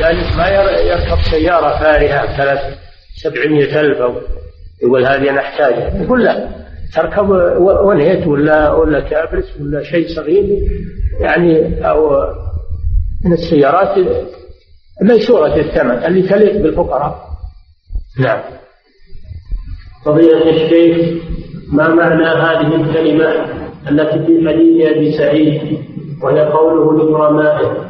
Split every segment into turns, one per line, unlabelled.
ولذلك ما يركب سيارة فارهة 700,000 أو يقول هذه أنا أحتاجها، يقول لا، تركب ونيت ولا كابرس ولا شيء صغير يعني، أو من السيارات ميسورة الثمن اللي تليق بالفقراء. نعم.
فضيلة الشيخ، ما معنى هذه الكلمة التي في حديث أبي سعيد وهي قوله لغرمائه؟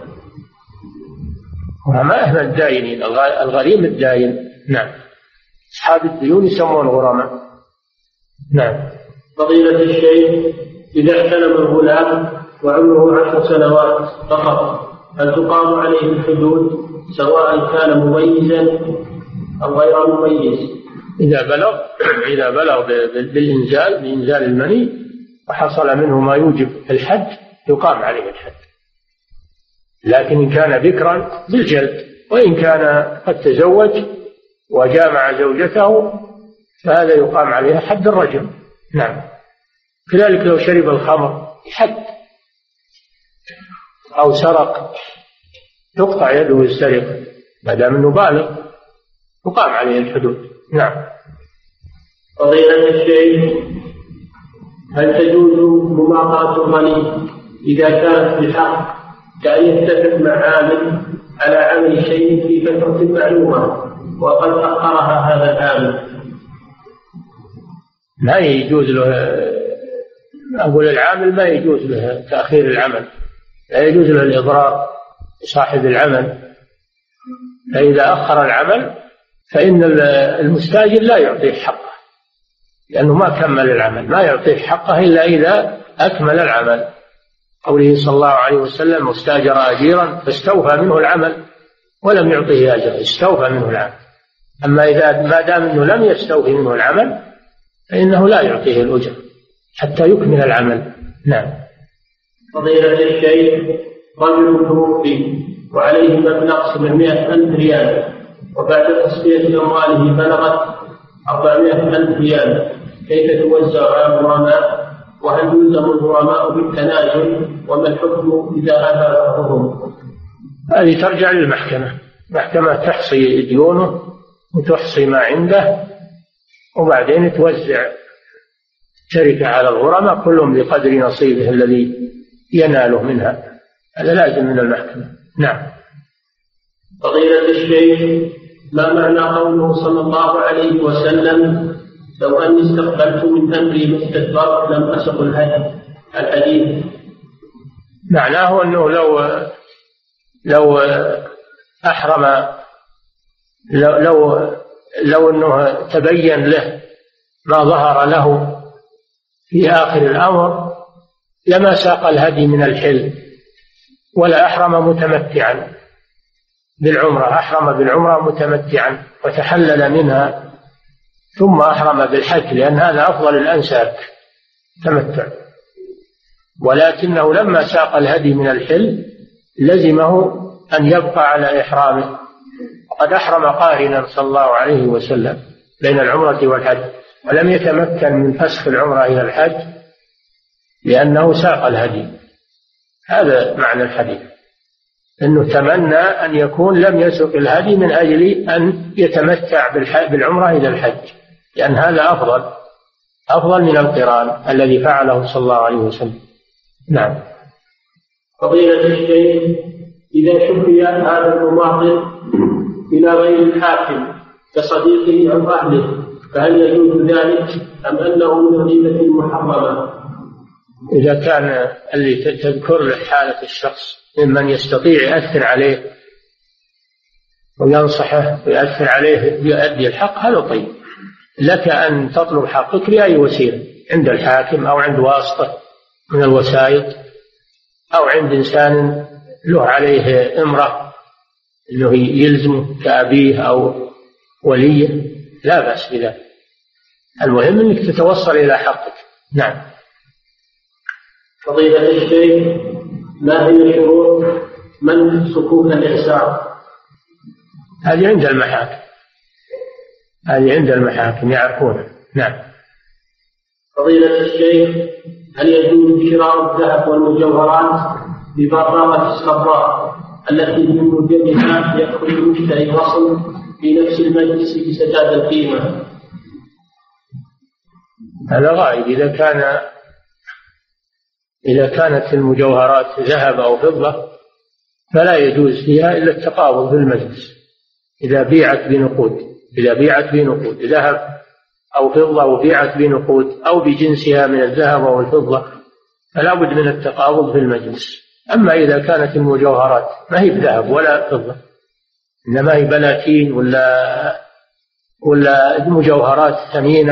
غرمائه الداينين، الغريم الداين. نعم. أصحاب الديون يسمون غرماء. نعم.
فضيلة الشيخ، إذا احتلم الغلام وعمره 10 سنوات فقط هل تقام عليه الحدود سواء كان مميزا أو غير مميز؟
إذا بلغ بإنزال المني وحصل منه ما يوجب الحد يقام عليه الحد، لكن إن كان بكرا بالجلد، وإن كان قد تزوج وجامع زوجته فهذا يقام عليها حد الرجم. نعم. كذلك لو شرب الخمر حد، أو سرق تقطع يده السرقة ما دام أنه بالغ، يقام عليه الحدود. نعم.
فضيلة الشيخ، هل تجوز مماطلة الغني إذا كانت بحق، كأن يتفق مع عامل على عمل شيء في فترة معلومة وقد أخرها هذا العامل؟
ما يجوز له، أقول العامل ما يجوز له تأخير العمل، لا يجوز له الإضرار بصاحب العمل، فإذا أخر العمل فإن المستاجر لا يعطيه حقه، لأنه ما كمل العمل، ما يعطيه حقه إلا إذا أكمل العمل. قوله صلى الله عليه وسلم: استاجر أجيرا فاستوفى منه العمل ولم يعطيه أجر، استوفى منه العمل. أما إذا ما دام أنه لم يستوفي منه العمل فإنه لا يعطيه الأجر حتى يكمل العمل. نعم.
فضيلة الشيخ، رجل توفي وعليه مبلغ 700,000 ريال، وبعد تصفية أمواله بلغت 400,000 ريال، كيف توزع على الغرماء؟ وهل يلزم الغرماء بالتنازل؟ وما الحكم إذا أتى بعضهم؟
هذه ترجع للمحكمة، المحكمة تحصي ديونه وتحصي ما عنده، وبعدين توزع شركة على الغرماء كلهم بقدر نصيبه الذي يناله منها، هذا لازم من المحكمة. نعم.
فضيلة الشيخ، ما معنى قوله صلى الله عليه وسلم: لو أني استقبلت من أمري ما استدبرت لم أسق الهدي؟ الحديث
معناه أنه لو أحرم، لو أنه تبين له ما ظهر له في آخر الأمر لما ساق الهدي من الحل، ولا أحرم متمتعا بالعمرة، أحرم بالعمرة متمتعا وتحلل منها ثم أحرم بالحج، لأن هذا أفضل الأنساك تمتع. ولكنه لما ساق الهدي من الحل لزمه أن يبقى على إحرامه، وقد أحرم قارنا صلى الله عليه وسلم بين العمرة والحج، ولم يتمكن من فسخ العمرة إلى الحج لأنه ساق الهدي. هذا معنى الحديث، أنه تمنى أن يكون لم يسق الهدي من أجل أن يتمتع بالعمرة إلى الحج، لأن هذا أفضل من القران الذي فعله صلى الله عليه وسلم. نعم.
فضيلة الشيخ، إذا شفي هذا المماطل إلى غير الحاكم كصديقه أو أهله فهل يجوز ذلك أم أنه من غيبة محرمة؟
إذا كان اللي تذكر له حالة الشخص ممن يستطيع يأثر عليه وينصحه ويأثر عليه يؤدي الحق، هذا طيب. لك أن تطلب حقك بأي وسيلة، عند الحاكم أو عند واسطة من الوسائط أو عند إنسان له عليه إمرة أنه يلزمه كأبيه أو وليه، لا بأس بذلك. المهم أنك تتوصل إلى حقك. نعم.
فضيلة الشيخ، ما هي شروط من صكوك الإعسار؟
هذه عند المحاكم يعرفونها. نعم.
فضيلة الشيخ، هل يجوز شراء الذهب والمجوهرات ببطاقة الصفراء التي من موجبها يدخل المشتري وصل في نفس المجلس بسداد القيمة.
هذا غائب. إذا كانت المجوهرات ذهب أو فضة فلا يجوز فيها إلا التقابض في المجلس. إذا بيعت بنقود ذهب أو فضة وبيعت بنقود أو بجنسها من الذهب أو الفضة فلا بد من التقابض في المجلس. أما إذا كانت المجوهرات ما هي بذهب ولا فضة، إنما هي بلاتين ولا مجوهرات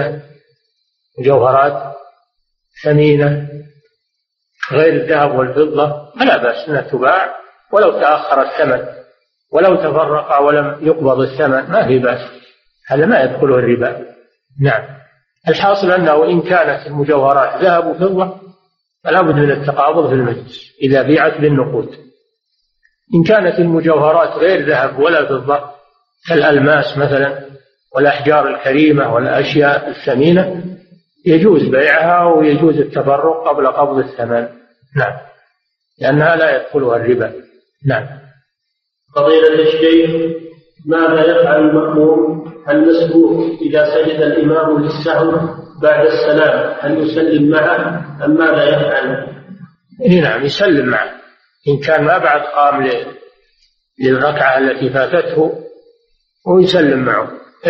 ثمينة غير الذهب والفضة فلا بأس أنها تباع ولو تأخر الثمن، ولو تفرق ولم يقبض الثمن ما في بأس، هذا ما يدخله الربا. نعم. الحاصل أنه إن كانت المجوهرات ذهب وفضة فلا بد من التقابض في المجلس إذا بيعت بالنقود. إن كانت المجوهرات غير ذهب ولا فضة كالألماس مثلا والأحجار الكريمة والأشياء الثمينة يجوز بيعها ويجوز التفرق قبل قبض الثمن. نعم، لأنها لا يدخلها الربا. نعم.
فضيلة الشيخ، ماذا يفعل المأموم المسبوق إذا سجد الإمام للسهو بعد السلام؟ هل يسلم معه أم ماذا يفعل؟
نعم، يسلم معه. إن كان ما بعد قام للركعة التي فاتته ويسلم معه،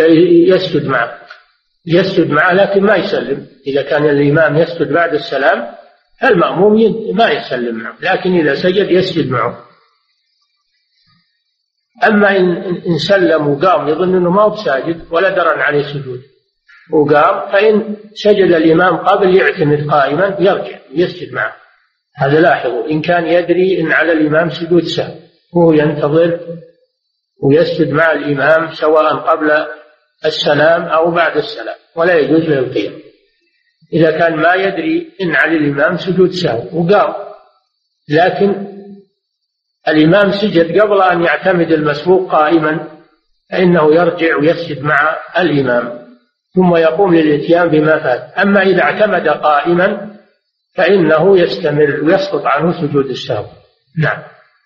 يسجد معه لكن ما يسلم. إذا كان الإمام يسجد بعد السلام فالمأموم ما يسلم معه، لكن إذا سجد يسجد معه. أما إن سلم وقام يظن أنه ما هو ساجد ولا درن عليه سجود وقام، فإن سجد الإمام قبل يعتمد قائما يرجع يسجد معه. هذا لاحظوا، إن كان يدري أن على الإمام سجود سهو وهو ينتظر ويسجد مع الإمام سواء قبل السلام أو بعد السلام، ولا يجوز له القيام. إذا كان ما يدري إن على الإمام سجود سهو وقام لكن الإمام سجد قبل أن يعتمد المسبوق قائما فإنه يرجع ويسجد مع الإمام ثم يقوم للإتيان بما فات. أما إذا اعتمد قائما فإنه يستمر ويسقط عنه سجود السهو. نعم.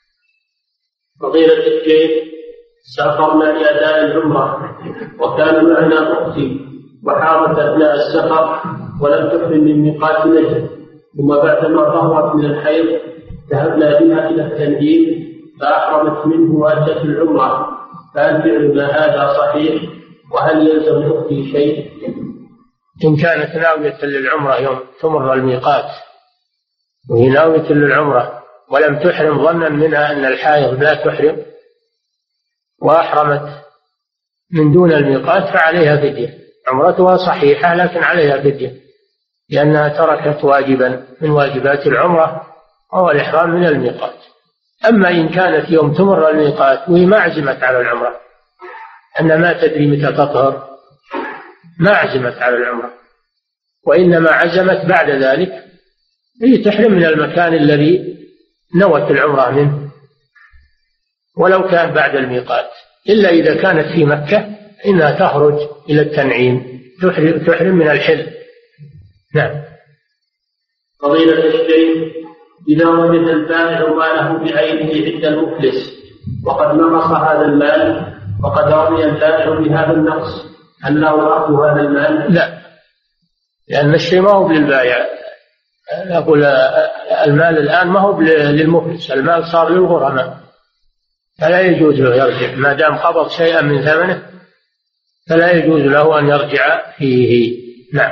فضيلة الشيخ، سافرنا لأداء العمرة وكان معنا أختي وحاضت أثناء السفر ولم تحرم من ميقات نجد، ثم بعدما ظهرت من الحيض ذهبنا بها إلى التنعيم فأحرمت منه وأتت العمرة، فهل فعلنا هذا صحيح؟ وهل يلزم أختي شيء؟
إن كانت ناوية للعمرة يوم تمر الميقات وهي ناوية للعمرة ولم تحرم ظنا منها أن الحائض لا تحرم وأحرمت من دون الميقات فعليها فدية. عمرتها صحيحة لكن عليها فدية لأنها تركت واجبا من واجبات العمرة وهو الإحرام من الميقات. أما إن كانت يوم تمر الميقات وهي ما عزمت على العمرة، أن ما تدري متى تطهر، ما عزمت على العمرة وإنما عزمت بعد ذلك، هي تحرم من المكان الذي نوت العمرة منه ولو كان بعد الميقات، إلا إذا كانت في مكة إنها تخرج إلى التنعيم تحرم من الحل. نعم.
فضيلة الشيخ، إذا وجد البائع ماله بعينه عند المفلس وقد نقص هذا المال وقد رضي البائع بهذا النقص، هل له أخذ هذا المال؟
لا، لأن الشيء ما هو للبائع. أقول المال الآن ما هو للمفلس، المال صار للغرماء فلا يجوز له يرجع ما دام قبض شيئا من ثمنه، فلا يجوز له أن يرجع فيه. نعم.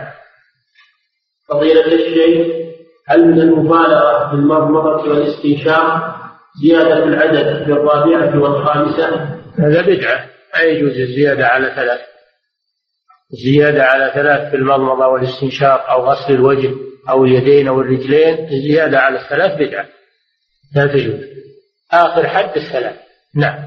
فضيلة الشيخ، هل من المبالغة في المضمضة والاستنشاق زيادة العدد في الرابعة والخامسة؟
هذا بدعة، لا يجوز الزيادة على ثلاث. الزيادة على ثلاث في المضمضة والاستنشاق أو غسل الوجه أو اليدين أو الرجلين، الزيادة على الثلاث بدعة لا تجوز، آخر حد الثلاث. نعم.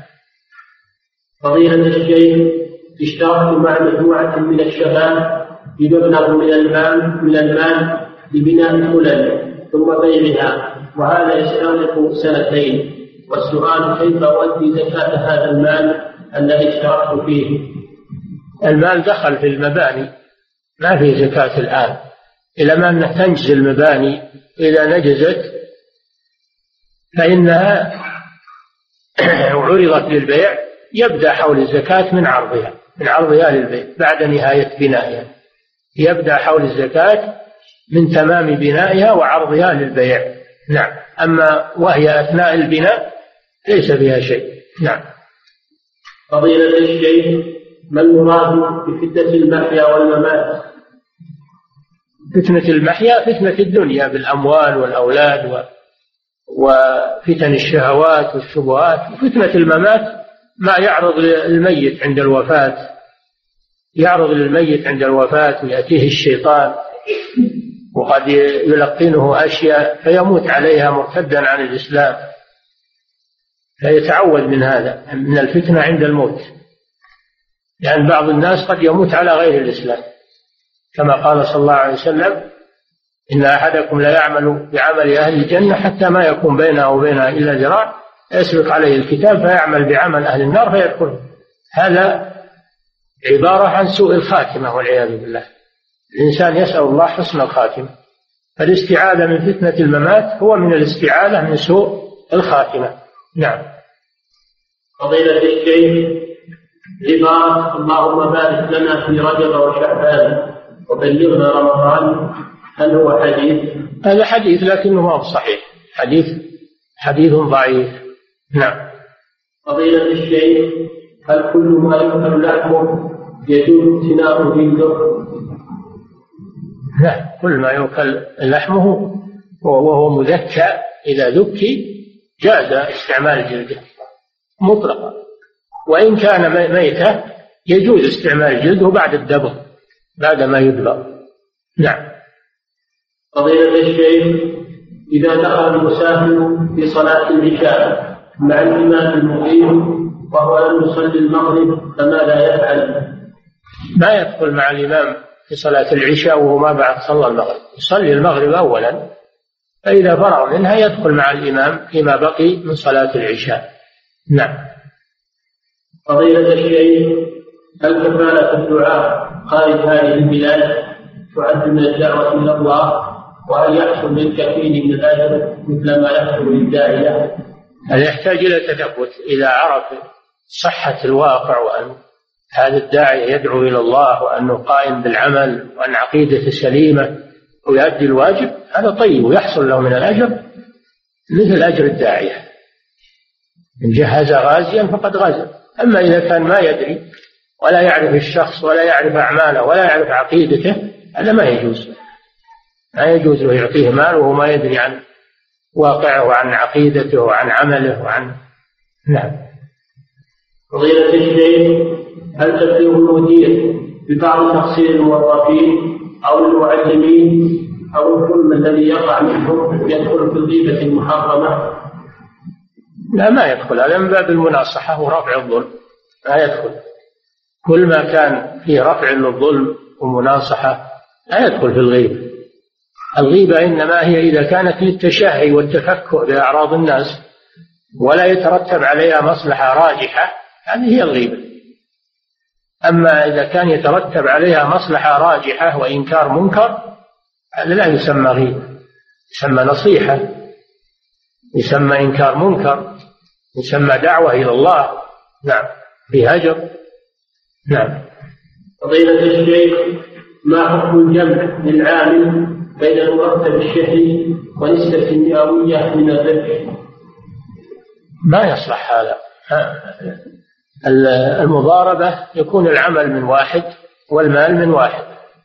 فضيلة الشيخ، اشتركت مع مجموعة من الشباب بمبلغ من المال لبناء خلل ثم بيعها، وهذا يستغرق 2 سنين، والسؤال كيف أؤدي زكاة هذا المال الذي اشتركت فيه؟
المال دخل في المباني، ما في زكاة الآن إلى ما أنها تنجز المباني، إذا نجزت فإنها وعرضت للبيع يبدأ حول الزكاة من عرضها للبيع بعد نهاية بنائها. يبدأ حول الزكاة من تمام بنائها وعرضها للبيع. نعم. أما وهي أثناء البناء ليس فيها شيء. نعم.
فضيلة الشيخ، ما المراد بفتنة المحيا والممات؟
فتنة المحيا فتنة الدنيا بالأموال والأولاد وفتن الشهوات والشبهات. وفتنة الممات ما يعرض للميت عند الوفاة، يعرض للميت عند الوفاة ويأتيه الشيطان وقد يلقنه أشياء فيموت عليها مرتدا عن الإسلام، فيتعوذ من هذا، من الفتنة عند الموت. لأن بعض الناس قد يموت على غير الإسلام، كما قال صلى الله عليه وسلم: إن أحدكم لا يعمل بعمل أهل الجنة حتى ما يكون بينه وبينها إلا ذراع يسبق عليه الكتاب فيعمل بعمل أهل النار فيدخل. هذا عبارة عن سوء الخاتمة والعياذ بالله. الإنسان يسأل الله حسن الخاتمة، فالاستعاذة من فتنة الممات هو من الاستعاذة من سوء الخاتمة. نعم.
فضيلة الشيخ، عبارة اللهم بارك لنا في رجب وشعبان وبلغنا رمضان، هل هو حديث؟
هذا حديث لكنه ما هو صحيح، حديث ضعيف. نعم.
فضيلة الشيخ، هل كل ما يؤكل لحمه يجوز اجتنابه جلده؟
لا، كل ما يؤكل لحمه وهو مذكى إذا ذكي جاز استعمال جلده مطلقا، وإن كان ميتا يجوز استعمال جلده بعد الدبغ، بعد ما يدبغ. نعم.
فضيلة الشيخ، إذا دخل المسافر في صلاة العشاء مع الإمام المقيم وهو لم يصلي المغرب فماذا يفعل؟
ما يدخل مع الإمام في صلاة العشاء وهو ما بعد صلى المغرب، يصلي المغرب أولا، فإذا فرغ منها يدخل مع الإمام فيما بقي من صلاة العشاء. نعم.
فضيلة الشيخ، هل كفالة الدعاء خارج هذه البلاد تعد من الدعوة إلى الله؟ وهل يحصل للكفيل من الأجر مثل ما يحصل للداعية؟
هذا يحتاج إلى تثبت. إذا عرف صحة الواقع وأن هذا الداعي يدعو إلى الله وأنه قائم بالعمل وأن عقيدته سليمة ويؤدي الواجب، هذا طيب ويحصل له من الأجر مثل أجر الداعية. إن جهز غازيا فقد غزا. أما إذا كان ما يدري ولا يعرف الشخص ولا يعرف أعماله ولا يعرف عقيدته، هذا ما يجوز له يعطيه مال وهو ما يدري عن واقعه وعن عقيدته وعن عمله وعن. نعم.
فضيلة الشيخ، هل تبلغ المدير ببعض تقصير الموظفين أو المعلمين أو الظلم الذي يقع منهم يدخل في الغيبة المحرمة؟
لا، ما يدخل. هذا من باب المناصحة ورفع الظلم، ما يدخل. كل ما كان فيه رفع للظلم ومناصحة لا يدخل في الغيبة. الغيبة إنما هي إذا كانت للتشهي والتفكؤ بأعراض الناس ولا يترتب عليها مصلحة راجحة، هذه هي الغيبة. أما إذا كان يترتب عليها مصلحة راجحة وإنكار منكر، هذا لا يسمى غيبة، يسمى نصيحة، يسمى إنكار منكر، يسمى دعوة إلى الله. نعم. بهجر. نعم.
فضيلة الشيخ، ما حكم الجمع للعامل بين المرتب الشهري ونسبة مئوية من الربح؟
ما يصلح هذا. المضاربة يكون العمل من واحد والمال من واحد،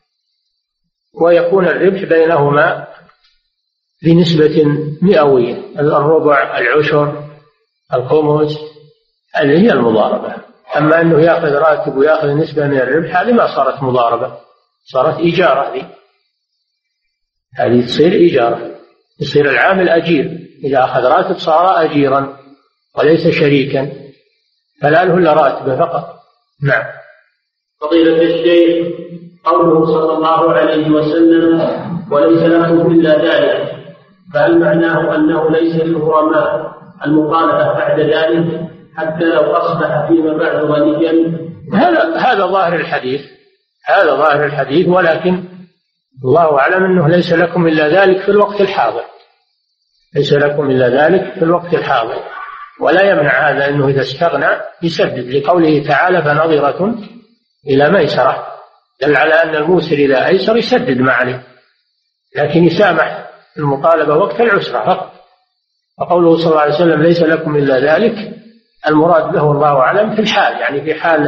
ويكون الربح بينهما بنسبة مئوية، الربع، العشر، الخمس، هذه هي المضاربة. أما أنه يأخذ راتب ويأخذ نسبة من الربح، هذه ما صارت مضاربة، صارت إيجارة. هذه تصير إيجارة، يصير العامل أجير، إذا أخذ راتب صار أجيرا وليس شريكا، فلا له إلا راتبه فقط. نعم.
فضيلة الشيخ، قوله صلى الله عليه وسلم وليس لكم إلا ذلك، فهل معناه أنه ليس للغرماء المخالفة بعد ذلك حتى لو أصبح فيما بعد غنيا؟
هذا ظاهر الحديث، هذا ظاهر الحديث، ولكن الله أعلم أنه ليس لكم إلا ذلك في الوقت الحاضر، ليس لكم إلا ذلك في الوقت الحاضر. ولا يمنع هذا أنه إذا استغنى يسدد، لقوله تعالى فنظرة إلى ميسرة، دل على أن الموسر إذا أيسر يسدد ما عليه، لكن يسامح المطالبة وقت العسرة فقط. وقوله صلى الله عليه وسلم ليس لكم إلا ذلك، المراد به والله أعلم في الحال، يعني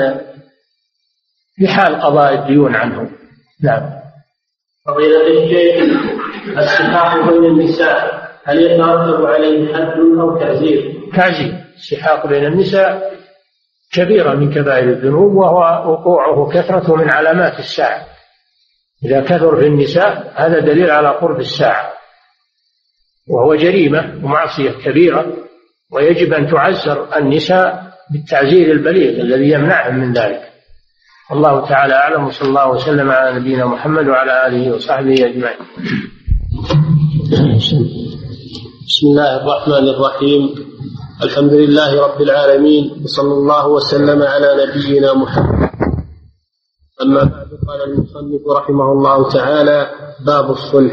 في حال قضاء الديون عنه. نعم.
فضيلة الشيخ، السحاق بين النساء هل يترتب عليه حد أو تعزير؟
تعزير. السحاق بين النساء كبيرة من كبائر الذنوب، وهو وقوعه كثرة من علامات الساعة. إذا كثر في النساء هذا دليل على قرب الساعة، وهو جريمة ومعصية كبيرة، ويجب أن تعزر النساء بالتعزير البليغ الذي يمنعهم من ذلك. والله تعالى أعلم، وصلى الله وسلم على نبينا محمد وعلى آله وصحبه أجمعين.
بسم الله الرحمن الرحيم. الحمد لله رب العالمين، وصلى الله وسلم على نبينا محمد. أما بعد، قال المصنف رحمه الله تعالى: باب الصلح.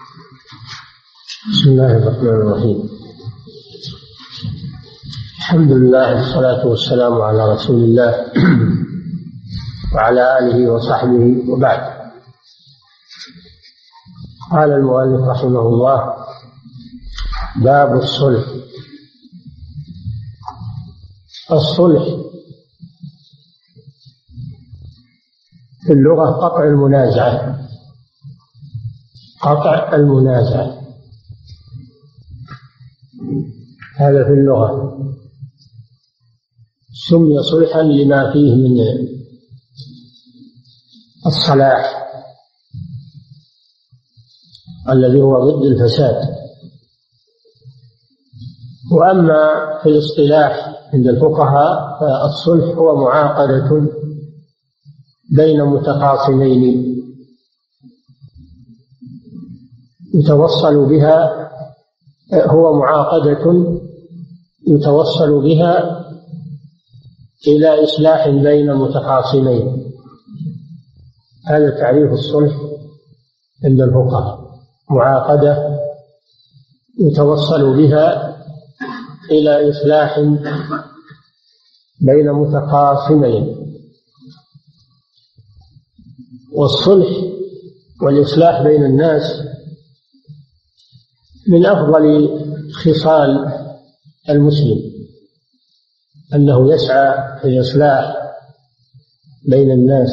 بسم الله الرحمن الرحيم. الحمد لله والصلاة والسلام على رسول الله وعلى آله وصحبه، وبعد. قال المؤلف رحمه الله: باب الصلح. الصلح في اللغة قطع المنازعة، قطع المنازعة، هذا في اللغة. سمي صلحا لما فيه من الصلاح الذي هو ضد الفساد. وأما في الاصطلاح عند الفقهاء فالصلح هو معاقدة بين متخاصمين يتوصل بها، هو معاقدة يتوصل بها إلى إصلاح بين متخاصمين. هذا تعريف الصلح عند الفقهاء: معاقدة يتوصل بها إلى إصلاح بين متخاصمين. والصلح والإصلاح بين الناس من أفضل خصال المسلم، أنه يسعى في الإصلاح بين الناس.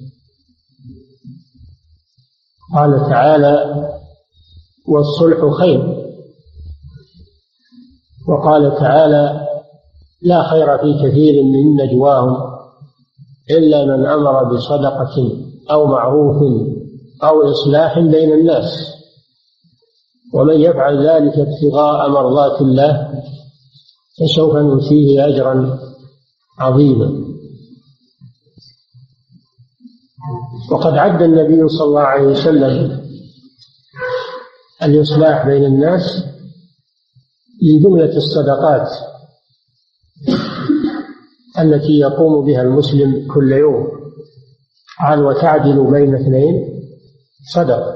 قال تعالى: والصلح خير. وقال تعالى: لا خير في كثير من نجواهم إلا من أمر بصدقة أو معروف أو إصلاح بين الناس، ومن يفعل ذلك ابتغاء مرضات الله فسوف نؤتيه أجرا عظيما. وقد عد النبي صلى الله عليه وسلم الإصلاح بين الناس من جملة الصدقات التي يقوم بها المسلم كل يوم. قال: وتعدل بين اثنين صدقة.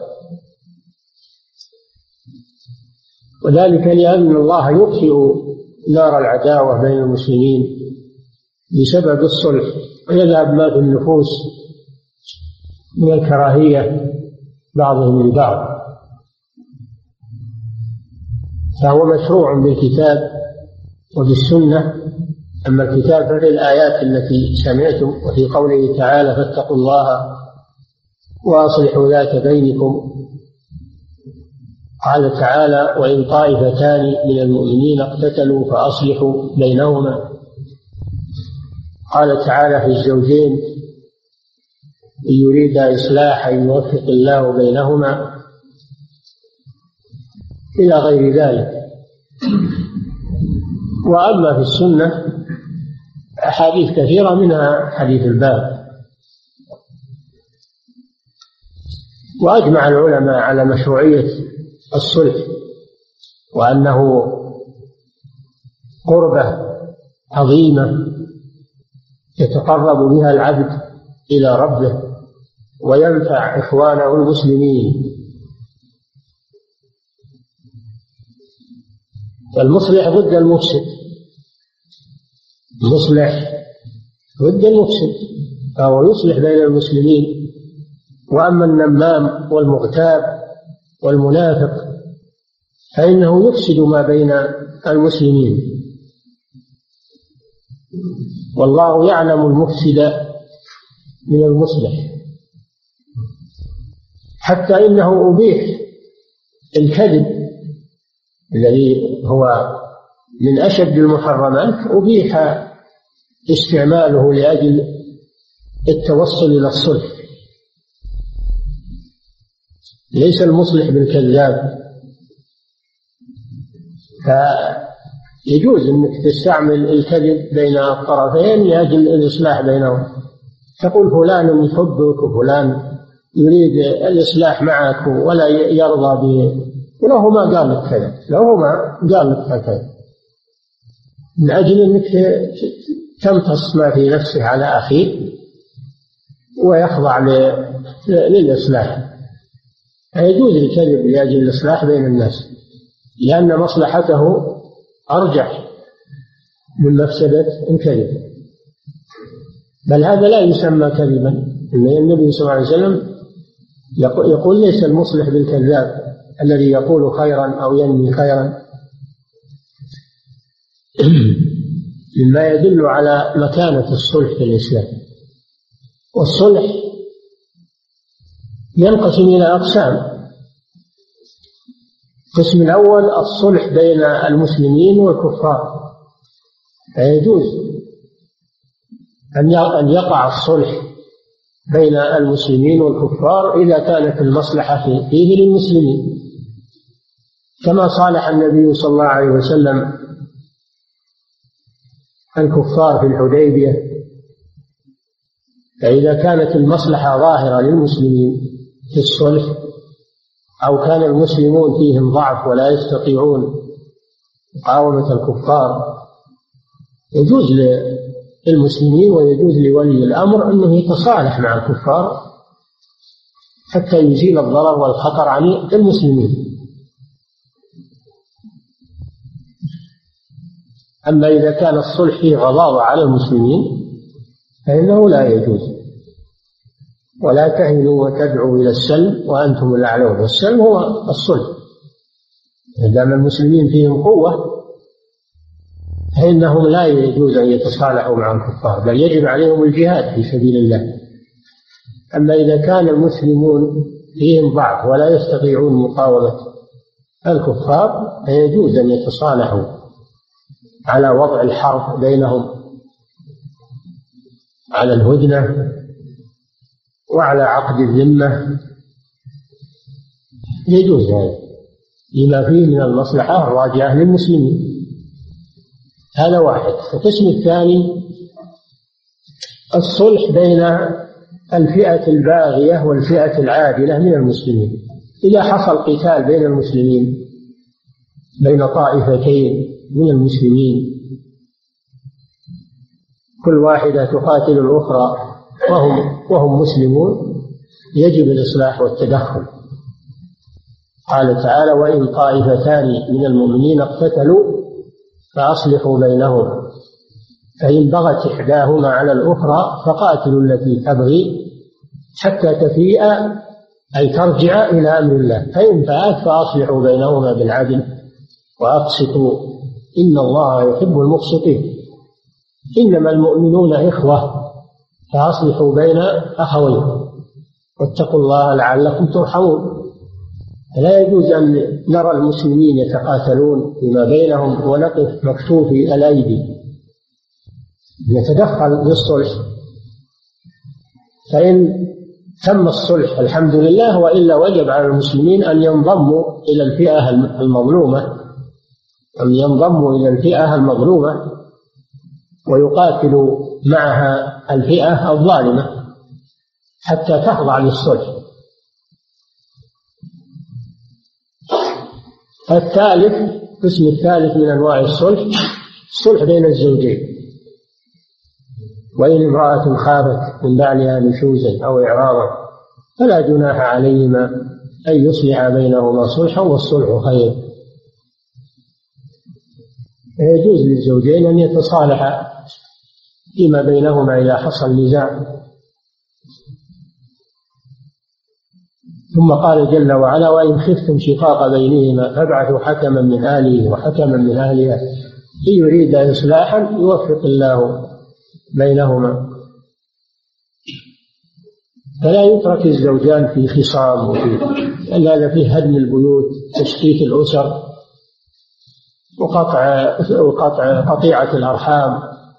وذلك لأن الله يطفئ نار العداوة بين المسلمين بسبب الصلح، ويذهب ما في النفوس من الكراهية بعضهم لبعض. فهو مشروع بالكتاب وبالسنة. أما الكتاب ففي الآيات التي سمعتم، وفي قوله تعالى: فاتقوا الله وأصلحوا ذات بينكم. قال تعالى: وإن طائفتان من المؤمنين اقتتلوا فأصلحوا بينهما. قال تعالى في الزوجين: إن يريد إصلاحا يوفق الله بينهما، إلى غير ذلك. وأما في السنة أحاديث كثيرة، منها حديث الباب. وأجمع العلماء على مشروعية الصلح، وأنه قربة عظيمة يتقرب بها العبد إلى ربه وينفع إخوانه المسلمين. المصلح ضد المفسد، المصلح ضد المفسد، فهو يصلح بين المسلمين. وأما النمام والمغتاب والمنافق فإنه يفسد ما بين المسلمين، والله يعلم المفسد من المصلح. حتى إنه أبيح الكذب الذي هو من أشد المحرمات، أبيح استعماله لأجل التوصل إلى الصلح. ليس المصلح بالكذاب، فيجوز أنك تستعمل الكذب بين الطرفين لأجل الإصلاح بينهم. تقول فلان يحبك وفلان يريد الإصلاح معك ولا يرضى به، ولو ما قال لك كذا، لو ما قال لك كذا، من أجل أنك تمتص ما في نفسه على أخيك ويخضع للإصلاح. يجوز الكذب لأجل الإصلاح بين الناس، لأن مصلحته أرجح من مفسدة الكذب. بل هذا لا يسمى كذبا، إن النبي صلى الله عليه وسلم يقول ليس المصلح بالكذاب الذي يقول خيرا أو ينمي خيرا، مما يدل على مكانة الصلح في الإسلام. والصلح ينقسم إلى أقسام. القسم الأول الصلح بين المسلمين والكفار، فيجوز أن يقع الصلح بين المسلمين والكفار إذا كانت المصلحة فيه للمسلمين، كما صالح النبي صلى الله عليه وسلم الكفار في الحديبية. فإذا كانت المصلحة ظاهرة للمسلمين في الصلح، أو كان المسلمون فيهم ضعف ولا يستطيعون مقاومة الكفار، يجوز للمسلمين ويجوز لولي الأمر أنه يتصالح مع الكفار حتى يزيل الضرر والخطر عن المسلمين. أما إذا كان الصلح فيه غضاضة على المسلمين فإنه لا يجوز. ولا تهنوا وتدعوا إلى السلم وأنتم الأعلون. والسلم هو الصلح. إذا المسلمين فيهم قوة فإنهم لا يجوز أن يتصالحوا مع الكفار، بل يجب عليهم الجهاد في سبيل الله. أما إذا كان المسلمون فيهم ضعف ولا يستطيعون مقاومة الكفار فيجوز أن يتصالحوا على وضع الحرب بينهم، على الهدنة وعلى عقد الذمة، يجوز هذا لما فيه من المصلحة الراجعة للمسلمين. هذا واحد. القسم الثاني الصلح بين الفئة الباغية والفئة العادلة من المسلمين. إذا حصل قتال بين المسلمين، بين طائفتين من المسلمين، كل واحدة تقاتل الأخرى وهم مسلمون، يجب الإصلاح والتدخل. قال تعالى: وإن طائفتان من المؤمنين اقتتلوا فأصلحوا بينهما فإن بغت إحداهما على الأخرى فقاتلوا التي تبغي حتى تفيء أي ترجع إلى أمر الله، فإن فاءت فأصلحوا بينهما بالعدل وأقسطوا إن الله يحب المقسطين. إنما المؤمنون إخوة فأصلحوا بين أخوين واتقوا الله لعلكم ترحمون. لا يجوز أن نرى المسلمين يتقاتلون فيما بينهم ونقف مكشوفي الأيدي، نتدخل بالصلح. فإن تم الصلح الحمد لله، وإلا وجب على المسلمين أن ينضموا إلى الفئة المظلومة، ويقاتلوا معها الفئة الظالمة حتى تخضع للصلح. القسم الثالث من أنواع الصلح بين الزوجين. وإن امرأة خافت من بعلها نشوزا أو إعراضا فلا جناح عليهما أن يصلح بينهما صلحا والصلح خير. يجوز للزوجين أن يتصالحا فيما بينهما إذا حصل نزاع. ثم قال جل وعلا: وإن خفتم شقاق بينهما فابعثوا حكما من أهله وحكما من أهلها إن يريد إصلاحا يوفق الله بينهما. فلا يترك الزوجان في خصام لأن هذا فيه هدم البيوت، تشتيت الأسر، وقطيعة الأرحام.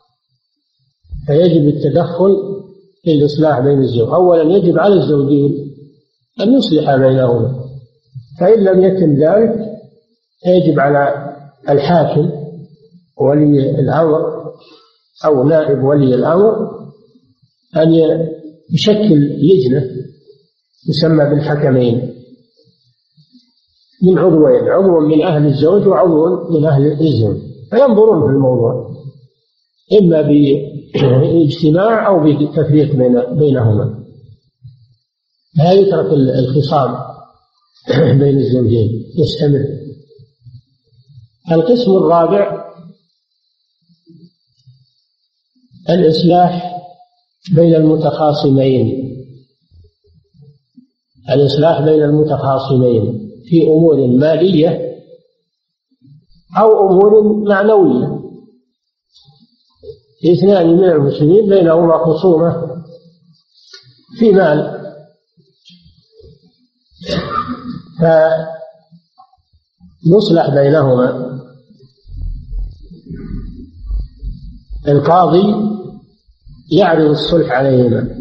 فيجب التدخل في الإصلاح بين الزوج. أولا يجب على الزوجين أن يصلح بينهما، فإن لم يتم ذلك يجب على الحاكم ولي الأمر أو نائب ولي الأمر أن يشكل لجنة تسمى بالحكمين من عضوين، عضو من أهل الزوج وعضو من أهل الزوج، فينظرون في الموضوع إما باجتماع أو بتفريق بينهما. لا يترك الخصام بين الزوجين يستمر. القسم الرابع الإصلاح بين المتخاصمين. الإصلاح بين المتخاصمين في أمور مالية أو أمور معنوية. اثنان من المسلمين بينهما خصومة في مال، فيصلح بينهما. القاضي يعرض الصلح عليهما،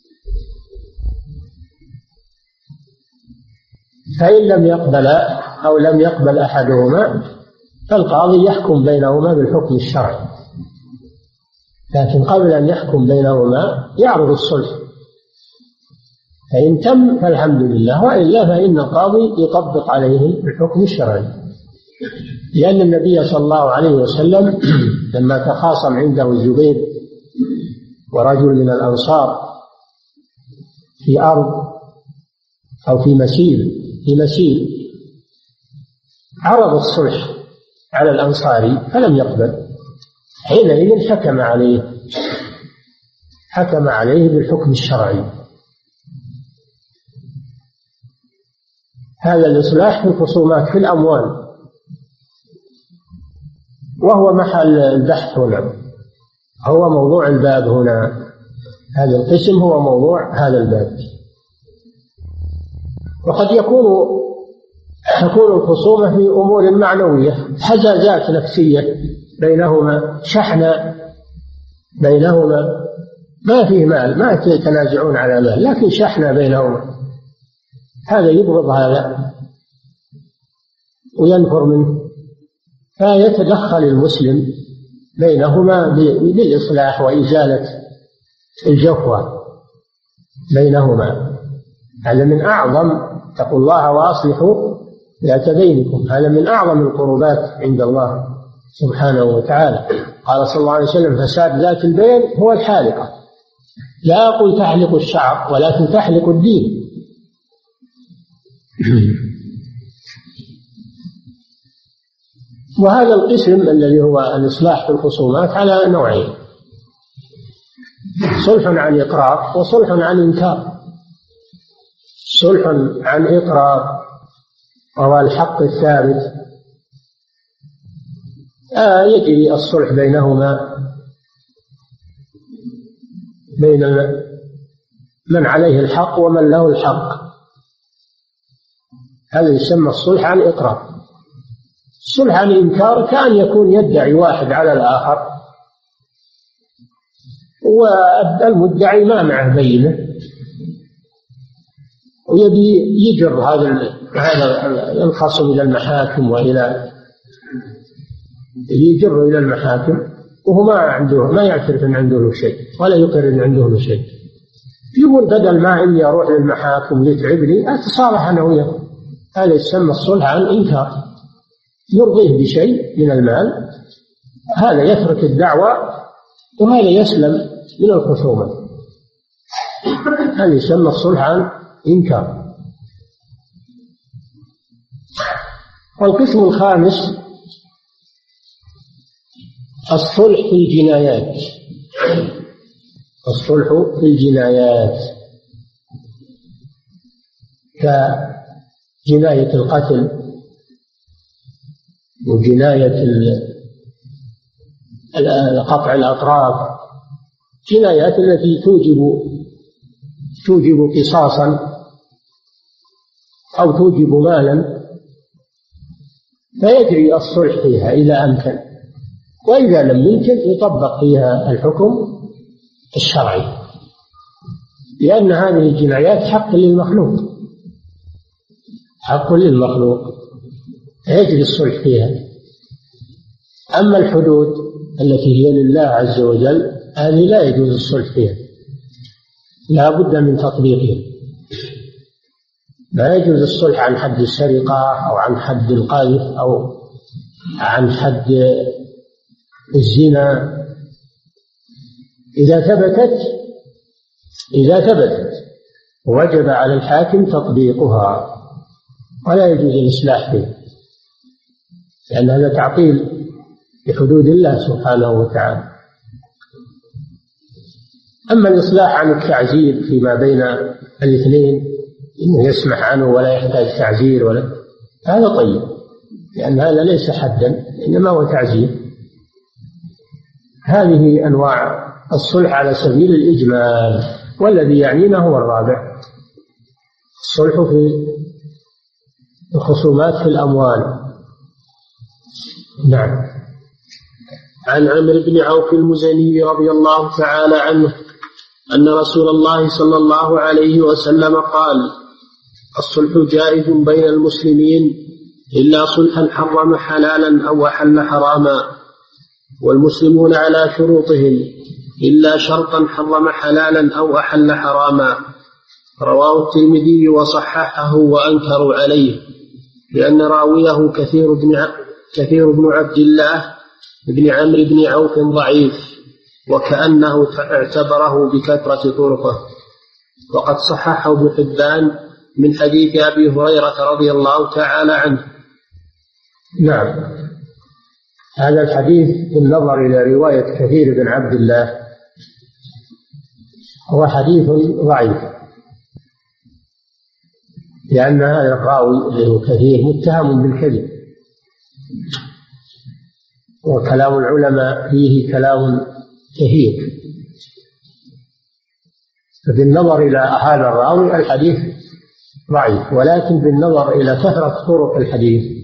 فإن لم يقبلا أو لم يقبل أحدهما فالقاضي يحكم بينهما بالحكم الشرعي، لكن قبل أن يحكم بينهما يعرض الصلح، فإن تم فالحمد لله، وإلا فإن القاضي يطبق عليهم الحكم الشرعي. لأن النبي صلى الله عليه وسلم لما تخاصم عنده الزبير ورجل من الأنصار في أرض أو في مسيل عرض الصلح على الأنصاري فلم يقبل، حينئذ حكم عليه بالحكم الشرعي. هذا الإصلاح في الخصومات في الأموال، وهو محل البحث هنا، هو موضوع الباب هنا. هذا القسم هو موضوع هذا الباب. وقد تكون الخصومة في أمور معنوية، حزازات نفسية بينهما، شحنة بينهما، ما فيه مال، ما يتنازعون على مال، لكن شحنة بينهما، هذا يبغض هذا وينفر منه، فيتدخل المسلم بينهما بالإصلاح وإزالة الجفوة بينهما. هذا من أعظم، اتقوا الله وأصلحوا ذات بينكم، هذا من أعظم القربات عند الله سبحانه وتعالى. قال صلى الله عليه وسلم: فساد ذات البين هو الحالقة. لا أقول تحلق الشعر ولكن تحلق الدين. وهذا القسم الذي هو الإصلاح في الخصومات على نوعين: صلح عن إقرار وصلح عن إنكار. صلح عن إقرار وهو الحق الثابت، يجري الصلح بينهما، بين من عليه الحق ومن له الحق، هذا يسمى الصلح عن إقرار. الصلح عن إنكار كأن يكون يدعي واحد على الآخر والمدعي ما معه بينة، ويبي يجر هذا الخصم إلى المحاكم يجر إلى المحاكم، وهو ما يعترف أن عنده له شيء ولا يقر أن عنده له شيء. يقول بدل ما إني أروح للمحاكم يتعبني أتصالح أنا وياه. هذا يسمى الصلح عن إنكار، يرضيه بشيء من المال، هذا يترك الدعوة وهذا يسلم من الخصومة. هذا يسمى الصلح عن إنكار. والقسم الخامس الصلح في الجنايات. الصلح في الجنايات كجناية القتل وجناية قطع الأطراف، جنايات التي توجب قصاصا أو توجب مالا، فيجري الصلح فيها إذا أمكن، وإذا لم يمكن يطبق فيها الحكم الشرعي، لأن هذه الجنايات حق للمخلوق، حق للمخلوق يجري الصلح فيها. أما الحدود التي هي لله عز وجل هذه لا يجوز الصلح فيها، لا بد من تطبيقها. لا يجوز الصلح عن حد السرقة أو عن حد القذف أو عن حد الزنا. إذا ثبتت وجب على الحاكم تطبيقها، ولا يجوز الإصلاح فيه، لأن هذا تعطيل لحدود الله سبحانه وتعالى. أما الإصلاح عن التعزير فيما بين الاثنين، إنه يسمح عنه ولا يحتاج تعزير هذا طيب، لأن هذا ليس حدا إنما هو تعزير. هذه أنواع الصلح على سبيل الإجمال، والذي يعنينا هو الرابع، الصلح في الخصومات في الأموال. نعم.
عن عمرو بن عوف المزني رضي الله تعالى عنه أن رسول الله صلى الله عليه وسلم قال: الصلح جائز بين المسلمين إلا صلحا حرم حلالا أو أحل حراما، والمسلمون على شروطهم إلا شرطا حرم حلالا أو أحل حراما. رواه الترمذي وصححه وأنكروا عليه، لأن راويه كثير بن عبد الله بن عمرو بن عوف ضعيف، وكأنه اعتبره بكثرة طرقه. وقد صححه ابن حبان من حديث أبي هريرة رضي الله تعالى عنه.
نعم. هذا الحديث بالنظر إلى رواية كثير بن عبد الله هو حديث ضعيف، لأن هذا الراوي اللي هو كثير متهم بالكذب، وكلام العلماء فيه كلام كثير، فبالنظر إلى هذا الراوي الحديث ضعيف. ولكن بالنظر إلى كثرة طرق الحديث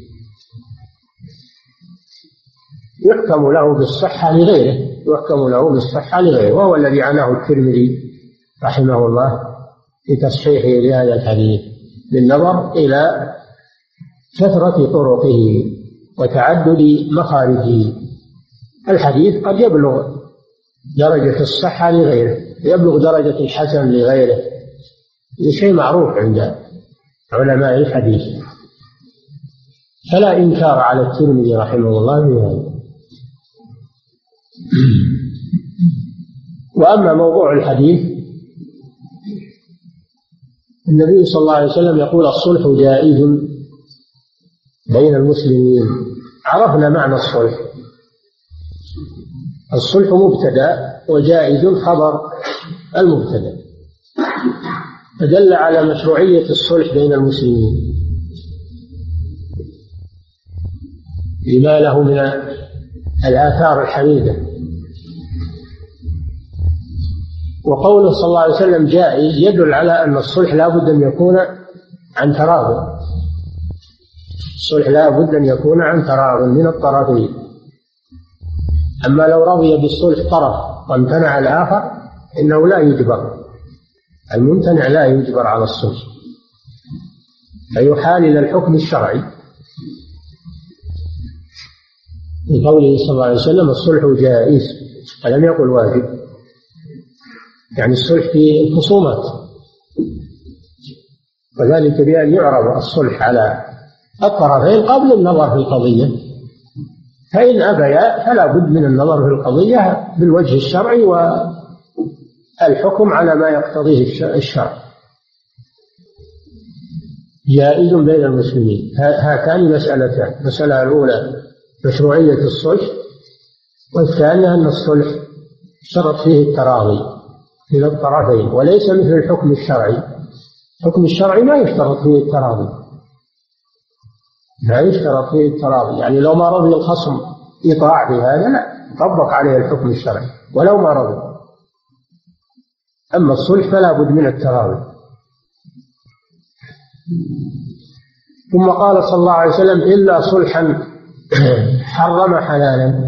يحكم له بالصحة لغيره، وهو الذي عناه الترمذي رحمه الله في تصحيحه لهذا الحديث، بالنظر إلى كثرة طرقه وتعدد مخارجه. الحديث قد يبلغ درجة الصحة لغيره، يبلغ درجة الحسن لغيره، هذا شيء معروف عند علماء الحديث، فلا إنكار على الترمذي رحمه الله بهذا. وأما موضوع الحديث، النبي صلى الله عليه وسلم يقول: الصلح جائز بين المسلمين. عرفنا معنى الصلح. الصلح مبتدأ وجائز خبر المبتدأ، فدل على مشروعية الصلح بين المسلمين لما له من الآثار الحميدة. وقوله صلى الله عليه وسلم جائز يدل على أن الصلح لا بد أن يكون عن تراض. الصلح لا بد أن يكون عن تراض من الطرفين. أما لو رضي بالصلح طرف وامتنع الآخر إنه لا يجبر، الممتنع لا يجبر على الصلح، فيحال إلى الحكم الشرعي. لقوله صلى الله عليه وسلم: الصلح جائز، ولم يقل واجب، يعني الصلح في الخصومات، وذلك بأن يعرض الصلح على الطرفين قبل النظر في القضية، فإن أبيا فلا بد من النظر في القضية بالوجه الشرعي والحكم على ما يقتضيه الشرع. جائز بين المسلمين. هاتان مسألتان: المسألة الأولى مشروعية الصلح، والثانية أن الصلح اشترط فيه التراضي من الطرفين، وليس مثل الحكم الشرعي. الحكم الشرعي ما يشترط فيه التراضي، لا يشترط فيه التراضي، يعني لو ما رضي الخصم إيقاع بهذا لا طبق عليه الحكم الشرعي ولو ما رضي. أما الصلح فلا بد من التراضي. ثم قال صلى الله عليه وسلم إلا صلحا حرم حلالا.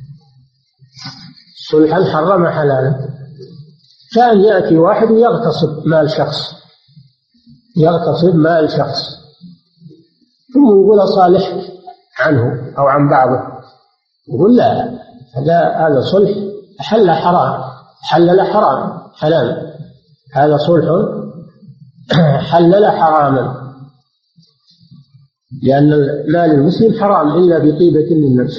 صلحا حرم حلالا كان يأتي واحد ويغتصب مال شخص، يغتصب مال شخص، ثم يقول صالح عنه أو عن بعضه، يقول لا، هذا صلح حل حرام، حلل حرام حلال، هذا صلح حلل حراما، لأن مال المسلم حرام إلا بطيبة للنفس،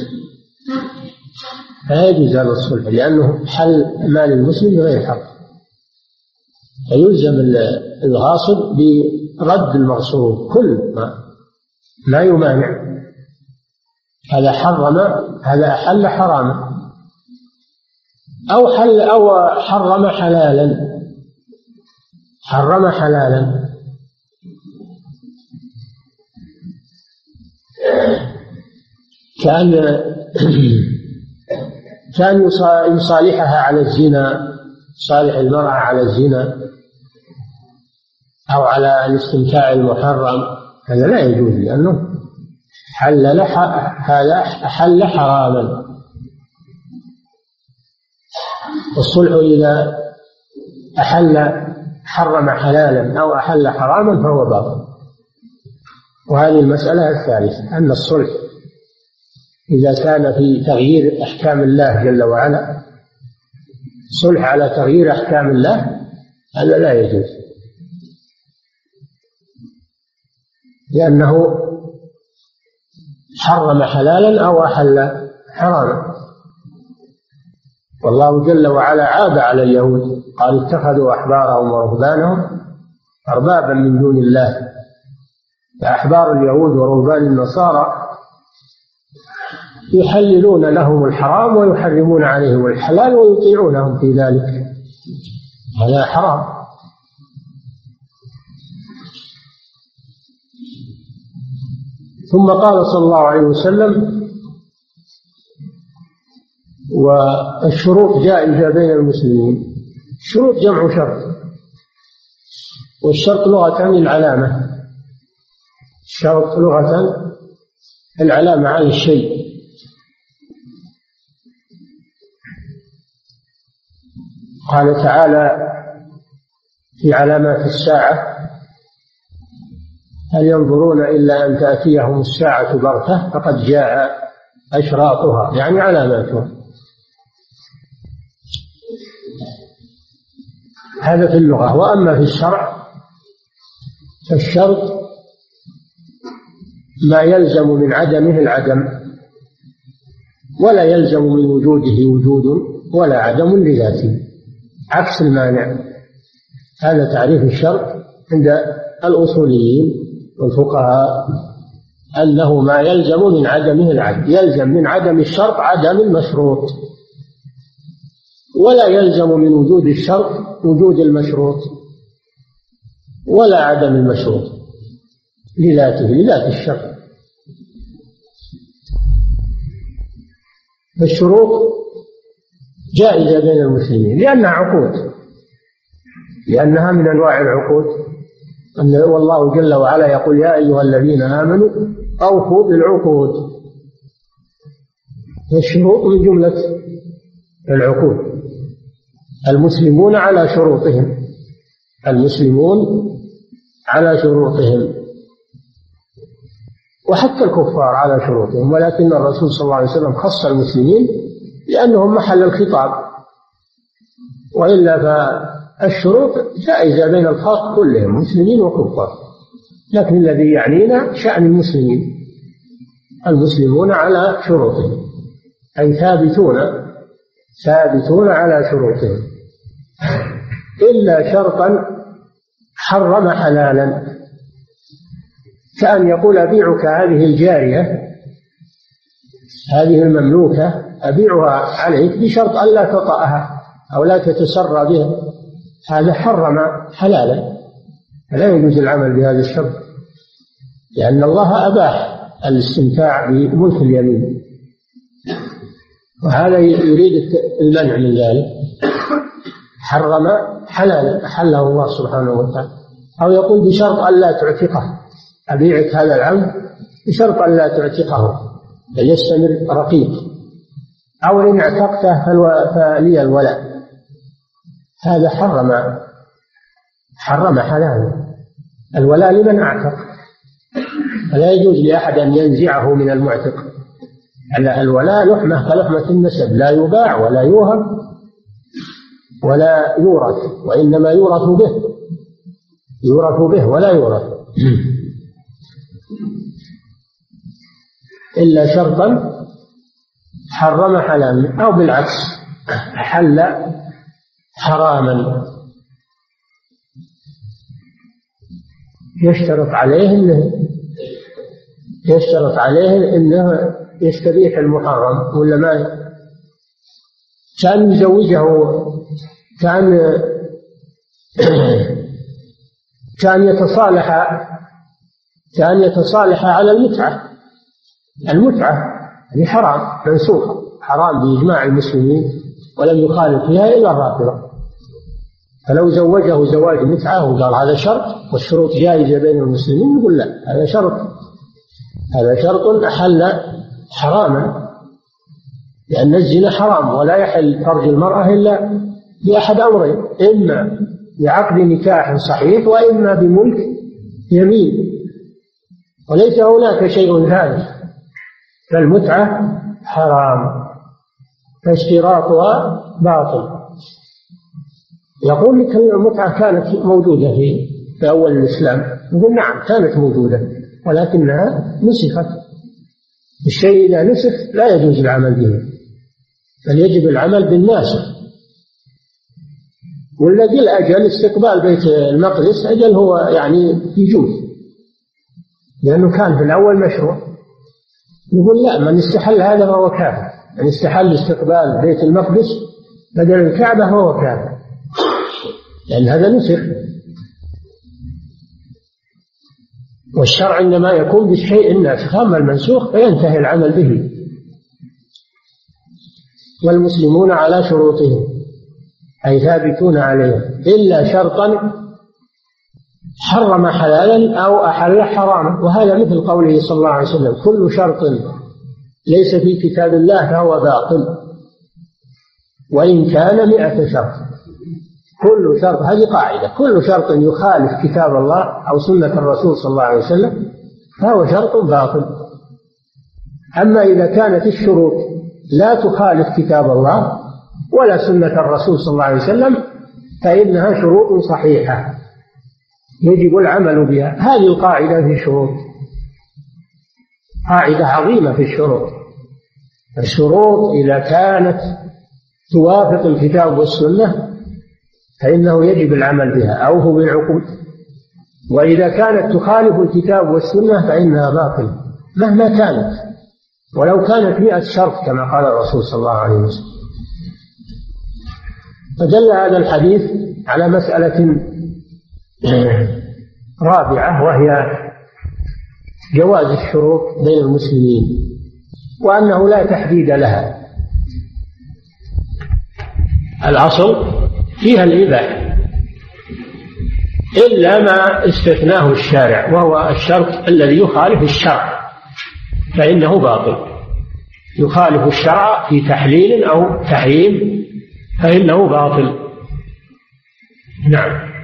لا يجوز هذا الصلح لأنه حل مال المسلم بغير حق، فيلزم الغاصب برد المغصوب كل ما يمانع. هذا حرم، هذا أحل حراما، أو حرم حلالا، حرم حلالا. كان يصالحها على الزنا، صالح المرأة على الزنا أو على الاستمتاع المحرم، هذا لا يجوز لأنه هذا أحل حراما. والصلح إذا حرم حلالا أو أحل حراما فهو باطل. وهذه المسألة الثالثة، أن الصلح إذا كان في تغيير أحكام الله جل وعلا، صلح على تغيير أحكام الله، هذا لا يجوز، لأنه حرم حلالا أو أحل حراما. والله جل وعلا عاب على اليهود، قال اتخذوا أحبارهم ورهبانهم أربابا من دون الله. فأحبار اليهود ورهبان النصارى يحللون لهم الحرام ويحرمون عليهم الحلال ويطيعونهم في ذلك، هذا حرام. ثم قال صلى الله عليه وسلم والشروط جائزة بين المسلمين. الشروط جمع شرط، والشرط لغة العلامة، الشرط لغة العلامة على الشيء. قال تعالى في علامات الساعة هل ينظرون إلا أن تأتيهم الساعة بغتة فقد جاء أشراطها، يعني علاماتها. هذا في اللغة. وأما في الشرع فالشرط ما يلزم من عدمه العدم، ولا يلزم من وجوده وجود ولا عدم لذاته، عكس المانع. هذا تعريف الشرط عند الأصوليين والفقهاء، أنه ما يلزم من عدمه العدم، يلزم من عدم الشرط عدم المشروط، ولا يلزم من وجود الشرط وجود المشروط ولا عدم المشروط لذاته، لذات الشرط. فالشروط جائزة بين المسلمين لأنها عقود، لأنها من أنواع العقود. والله جل وعلا يقول يا أيها الذين آمنوا أوفوا بالعقود، والشروط من جملة العقود. المسلمون على شروطهم، المسلمون على شروطهم، وحتى الكفار على شروطهم، ولكن الرسول صلى الله عليه وسلم خص المسلمين لأنهم محل الخطاب، وإلا فالشروط جائزة بين الخلق كلهم مسلمين وكفار، لكن الذي يعنينا شأن المسلمين. المسلمون على شروطهم أي ثابتون على شروطهم، إلا شرطا حرم حلالا، كأن يقول أبيعك هذه الجارية، هذه المملوكة أبيعها عليك بشرط ألا تطأها، أو لا تتسرى به، هذا حرم حلالا، فلا يجوز العمل بهذا الشرط، لأن الله أباح الاستمتاع بملك اليمين، وهذا يريد المنع من ذلك. حرم حلالا أحله الله سبحانه وتعالى. أو يقول بشرط ألا تعتقه، أبيعك هذا العبد بشرط ألا تعتقه بل يستمر رقيق، أو إن اعتقته فلي الولاء. هذا حرم حلالا، الولاء لمن اعتق، فلا يجوز لأحد أن ينزعه من المعتق. الولاء لحمة كلحمة النسب، لا يباع ولا يوهب ولا يورث، وإنما يورث به ولا يورث إلا شرطا حرم حلالا، أو بالعكس حل حراما يشترط عليه انه يستبيح المحرم، ولا ما كان يزوجه، كان يتصالح على المتعة هذه حرام منسوخة، حرام بإجماع المسلمين، ولم يخالف فيها إلا الرافضة. فلو زوجه زواج متعة وقال هذا شرط والشروط جائزة بين المسلمين، يقول لا، هذا شرط أحل حراما، لأن الزنا حرام، ولا يحل فرج المرأة إلا بأحد أمرين: إما بعقد نكاح صحيح، وإما بملك يمين، وليس هناك شيء ثالث. فالمتعة حرام، فاشتراطها باطل. يقول لك المتعة كانت موجودة في أول الإسلام، نقول نعم كانت موجودة، ولكنها نسخت. الشيء إذا نسخ لا يجوز العمل به، بل يجب العمل بالناسخ. والذي الأجل استقبال بيت المقدس أجل هو يعني يجوز، لأنه كان في الأول مشروع. يقول لا، من استحل هذا فهو كافر، من استحل استقبال بيت المقدس بدل الكعبة فهو كافر، لأن هذا نسخ. والشرع عندما يكون بالشيء الناسخ، أما المنسوخ فينتهي العمل به. والمسلمون على شروطهم أي ثابتون عليها، إلا شرطا حرم حلالا أو أحل حراما. وهذا مثل قوله صلى الله عليه وسلم: كل شرط ليس في كتاب الله فهو باطل وإن كان 100 شرط. كل شرط، هذه قاعدة، كل شرط يخالف كتاب الله أو سنة الرسول صلى الله عليه وسلم فهو شرط باطل. أما إذا كانت الشروط لا تخالف كتاب الله ولا سنة الرسول صلى الله عليه وسلم فإنها شروط صحيحة يجب العمل بها. هذه القاعدة في الشروط قاعدة عظيمة في الشروط. الشروط إذا كانت توافق الكتاب والسنة فإنه يجب العمل بها، أوفوا بالعقود. وإذا كانت تخالف الكتاب والسنة فإنها باطلة مهما كانت، ولو كانت 100 شرط كما قال الرسول صلى الله عليه وسلم. فدل هذا الحديث على مسألة رابعة، وهي جواز الشروط بين المسلمين، وأنه لا تحديد لها. الأصل فيها الإباحة إلا ما استثناه الشارع، وهو الشرط الذي يخالف الشرع فإنه باطل. يخالف الشرع في تحليل أو تحريم فإنه باطل. نعم.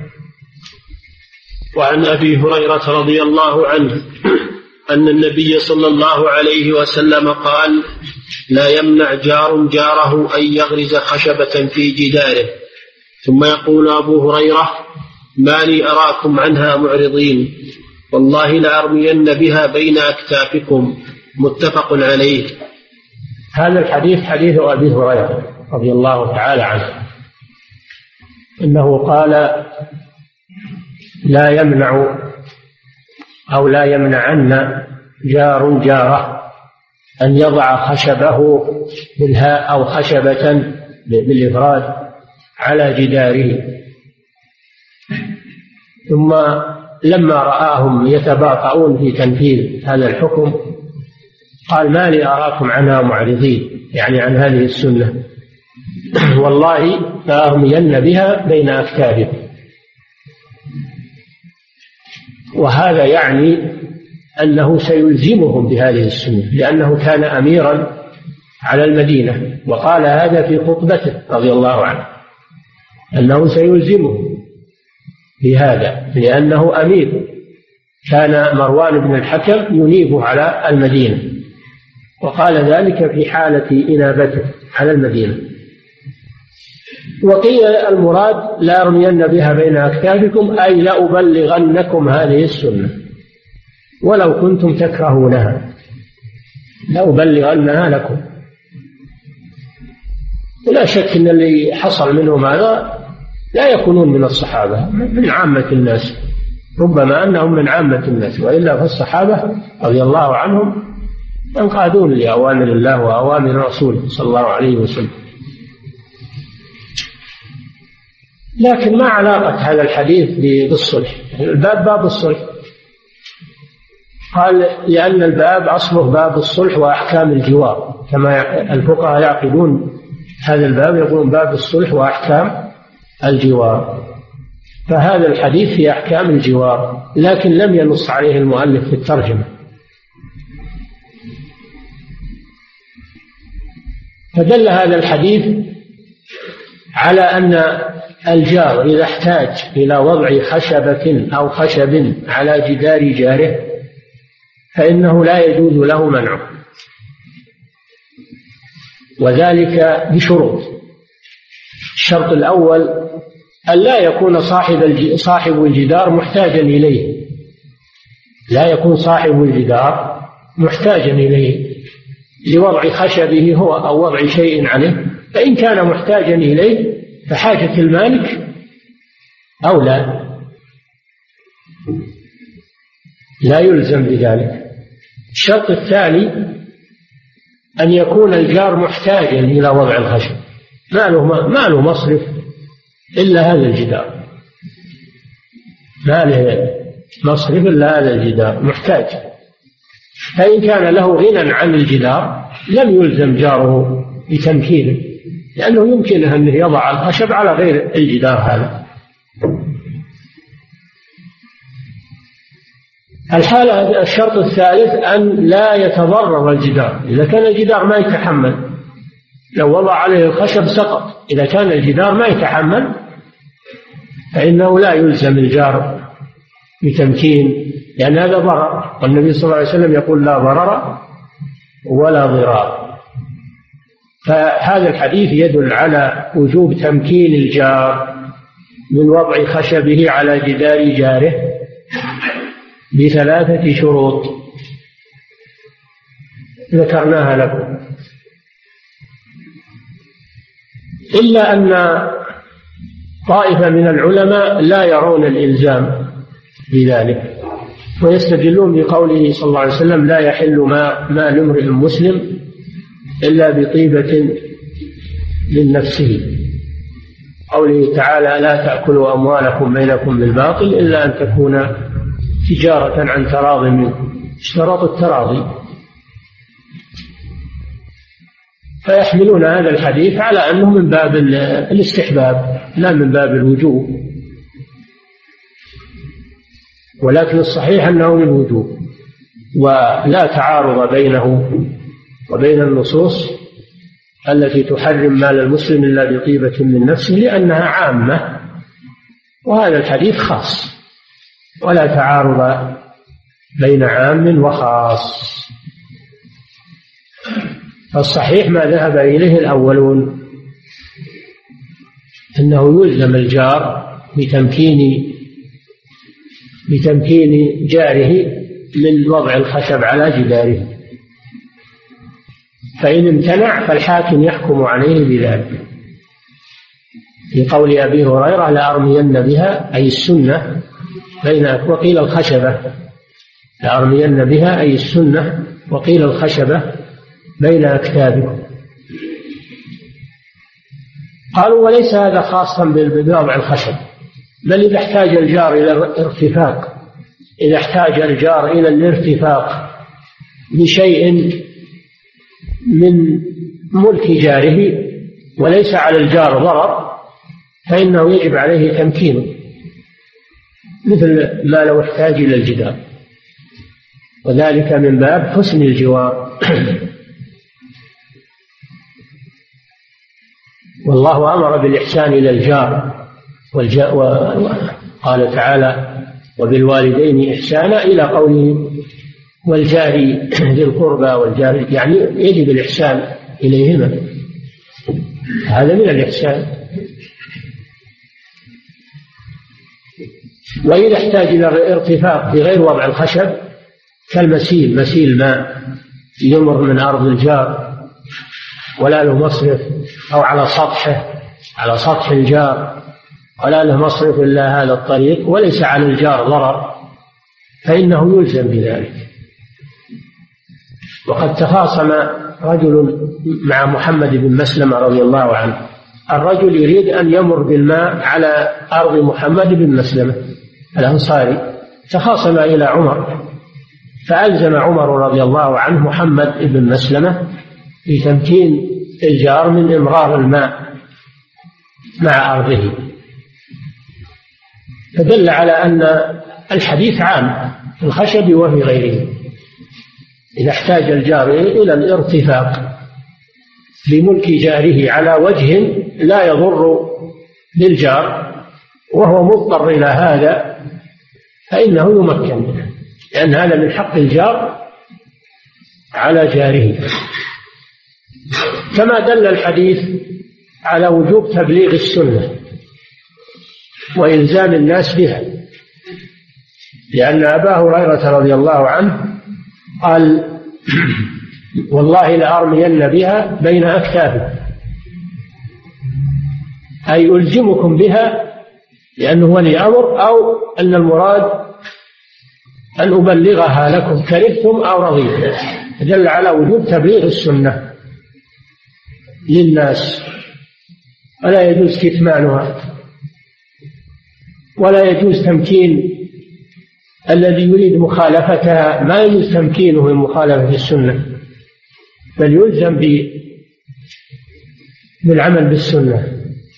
وعن أبي هريرة رضي الله عنه أن النبي صلى الله عليه وسلم قال: لا يمنع جار جاره أن يغرز خشبة في جداره. ثم يقول أبو هريرة: ما لي أراكم عنها معرضين، والله لأرمين بها بين أكتافكم. متفق عليه.
هذا الحديث حديث أبي هريرة رضي الله تعالى عنه، إنه قال: لا يمنع أو لا يمنعن جار جاره أن يضع خشبه بالهاء أو خشبة بالإفراد على جداره. ثم لما رآهم يتباطؤون في تنفيذ هذا الحكم قال: ما لي أراكم عنها معرضين، يعني عن هذه السنة، والله لأرمين بها بين أكتافكم. وهذا يعني أنه سيلزمهم بهذه السنة، لأنه كان أميرا على المدينة، وقال هذا في خطبته رضي الله عنه، أنه سيلزمهم بهذا لأنه أمير. كان مروان بن الحكم ينيبه على المدينة، وقال ذلك في حالة إنابته على المدينة. وقيل المراد لأرمين بها بين أكتافكم، أي لأبلغنكم هذه السنة ولو كنتم تكرهونها، لأبلغنها لكم. ولا شك أن اللي حصل منهم هذا لا يكونون من الصحابة، من عامة الناس، ربما أنهم من عامة الناس، وإلا فالصحابة رضي الله عنهم ينقادون لأوامر الله وأوامر رسوله صلى الله عليه وسلم. لكن ما علاقة هذا الحديث بالصلح؟ الباب باب الصلح، قال لأن الباب أصله باب الصلح وأحكام الجوار، كما الفقهاء يعقدون هذا الباب يقولون باب الصلح وأحكام الجوار، فهذا الحديث في أحكام الجوار، لكن لم ينص عليه المؤلف في الترجمة. فدل هذا الحديث على أن الجار إذا احتاج إلى وضع خشبة أو خشب على جدار جاره فإنه لا يجوز له منعه، وذلك بشروط. الشرط الأول أن لا يكون صاحب الجدار محتاجا إليه، لا يكون صاحب الجدار محتاجا إليه لوضع خشبه هو أو وضع شيء عليه، فإن كان محتاجا إليه فحاجة المالك أولى، لا يلزم بذلك. الشرط الثاني أن يكون الجار محتاجا إلى وضع الخشب، ما له مصرف إلا هذا الجدار، ما له مصرف إلا هذا الجدار، محتاج. فإن كان له غنى عن الجدار لم يلزم جاره بتمكينه، لأنه يمكنه أن يضع الخشب على غير الجدار هذا. الحالة الشرط الثالث أن لا يتضرر الجدار، إذا كان الجدار ما يتحمل، لو وضع عليه الخشب سقط، إذا كان الجدار ما يتحمل فإنه لا يلزم الجار بتمكين، لأن هذا ضرر، والنبي صلى الله عليه وسلم يقول لا ضرر ولا ضرار. فهذا الحديث يدل على وجوب تمكين الجار من وضع خشبه على جدار جاره بثلاثة شروط ذكرناها لكم، إلا أن طائفة من العلماء لا يرون الإلزام بذلك، ويستدلون بقوله صلى الله عليه وسلم لا يحل مال امرئ مسلم إلا بطيبة من نفسه، قوله تعالى لا تأكلوا أموالكم بينكم بالباطل إلا أن تكون تجارة عن تراض منكم، اشتراط التراضي. فيحملون هذا الحديث على أنه من باب الاستحباب لا من باب الوجوب، ولكن الصحيح أنه من الوجوب، ولا تعارض بينه وبين النصوص التي تحرم مال المسلم إلا بطيبة من نفسه، لأنها عامة وهذا الحديث خاص، ولا تعارض بين عام وخاص. فالصحيح ما ذهب إليه الأولون أنه يلزم الجار بتمكين جاره من وضع الخشب على جداره، فإن امتنع فالحاكم يحكم عليه بذلك، في قول أبي هريرة لأرمين بها أي السنة وقيل الخشبة، لأرمين بها أي السنة وقيل الخشبة بين أكتافكم. قالوا وليس هذا خاصا بوضع الخشب، بل إذا احتاج الجار إلى الارتفاق، إذا احتاج الجار إلى الارتفاق بشيء من ملك جاره وليس على الجار ضرر فإنه يجب عليه تمكينه، مثل ما لو احتاج إلى الجدار، وذلك من باب حسن الجوار. والله أمر بالإحسان إلى الجار، وقال تعالى وبالوالدين إحسانا إلى قوله والجار ذي القربى والجار، يعني يجب الإحسان إليهما، هذا من الإحسان. وإذا احتاج إلى الارتفاق بغير وضع الخشب كالمسيل، مسيل ماء يمر من أرض الجار ولا له مصرف، أو على سطحه، على سطح الجار ولا له مصرف إلا هذا الطريق وليس على الجار ضرر، فإنه يلزم بذلك. وقد تخاصم رجل مع محمد بن مسلمة رضي الله عنه، الرجل يريد أن يمر بالماء على أرض محمد بن مسلمة الأنصاري، تخاصم إلى عمر، فألزم عمر رضي الله عنه محمد بن مسلمة بتمكين الجار من إمرار الماء مع أرضه، فدل على أن الحديث عام في الخشب وفي غيره. إذا احتاج الجار إلى الارتفاق بملك جاره على وجه لا يضر بالجار وهو مضطر إلى هذا فإنه يمكن منه، لأن هذا من حق الجار على جاره. كما دل الحديث على وجوب تبليغ السنة وإلزام الناس بها، لأن أبا هريرة رضي الله عنه قال والله لأرمين بها بين أكتافي، أي ألزمكم بها لأنه ولي أمر، أو أن المراد أن أبلغها لكم كرهتم أو رضيتم، دل على وجوب تبليغ السنة للناس، ولا يجوز كتمانها، ولا يجوز تمكين الذي يريد مخالفتها، ما يجوز تمكينه من مخالفة السنة، بل يلزم بالعمل بالسنة.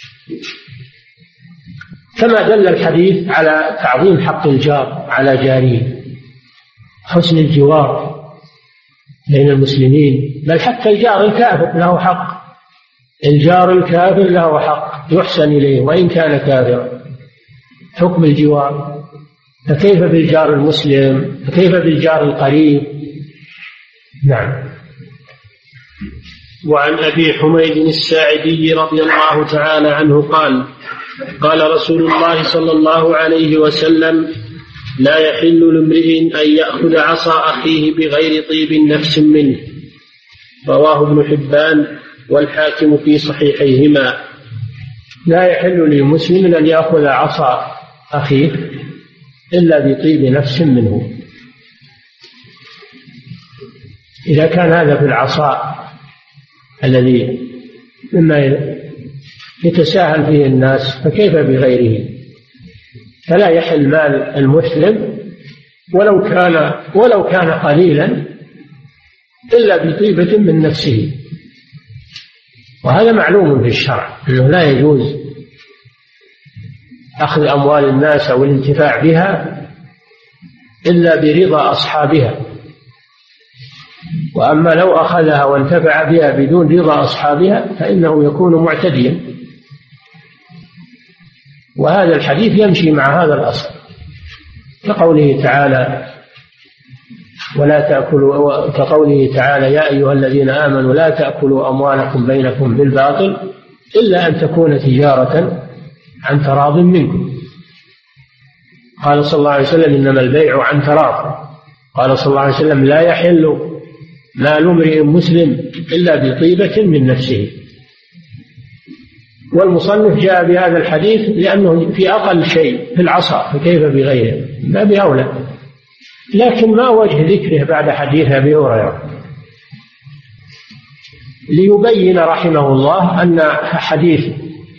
كما دل الحديث على تعظيم حق الجار على جاره، حسن الجوار بين المسلمين، بل حتى الجار الكافر له حق، الجار الكافر له حق يحسن إليه وإن كان كافرا، حكم الجوار. فكيف بالجار المسلم؟ فكيف بالجار القريب؟ نعم.
وعن أبي حميد الساعدي رضي الله تعالى عنه قال قال رسول الله صلى الله عليه وسلم لا يحل لامرئ أن يأخذ عصا أخيه بغير طيب نفس منه، رواه ابن حبان والحاكم في صحيحيهما.
لا يحل للمسلم أن يأخذ عصا أخيه إلا بطيب نفس منه. إذا كان هذا في العصا الذي مما يتساهل فيه الناس فكيف بغيره؟ فلا يحل مال المسلم ولو كان قليلا إلا بطيبة من نفسه، وهذا معلوم في الشرع أنه لا يجوز أخذ أموال الناس أو الانتفاع بها إلا برضا أصحابها، وأما لو أخذها وانتفع بها بدون رضا أصحابها فإنه يكون معتديا. وهذا الحديث يمشي مع هذا الأصل، كقوله تعالى ولا تأكلوا، كقوله تعالى يا أيها الذين آمنوا لا تأكلوا أموالكم بينكم بالباطل إلا أن تكون تجارة عن تراض منكم. قال صلى الله عليه وسلم إنما البيع عن تراض. قال صلى الله عليه وسلم لا يحل مال امرئ مسلم إلا بطيبة من نفسه. والمصنف جاء بهذا الحديث لأنه في أقل شيء في العصا، فكيف بغيره؟ ما بأولى. لكن ما وجه ذكره بعد حديث أبي هريرة؟ ليبين رحمه الله أن حديث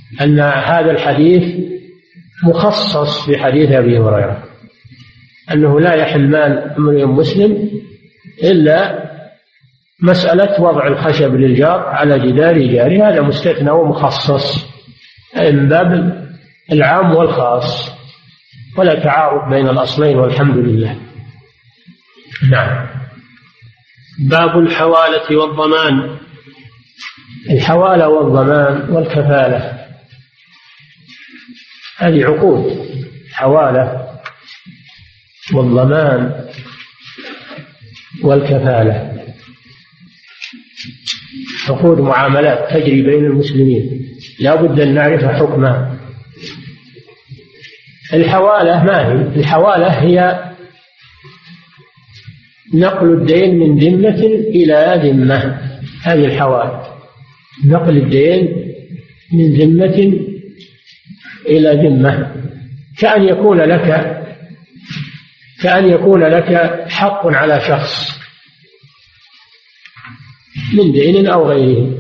أن هذا الحديث مخصص في حديث أبي هريرة، أنه لا يحل مال امرئ مسلم إلا مسألة وضع الخشب للجار على جدار جاره، هذا مستثنى ومخصص من باب العام والخاص، ولا تعارض بين الأصلين والحمد لله. نعم.
باب الحوالة والضمان.
الحوالة والضمان والكفالة هذه عقود، حوالة والضمان والكفالة، عقود معاملات تجري بين المسلمين لا بد أن نعرف حكمها. الحوالة ما هي؟ الحوالة هي نقل الدين من ذمة إلى ذمة، هذه الحوالة، نقل الدين من ذمة إلى ذمة، كأن يكون لك حق على شخص من دين أو غيره،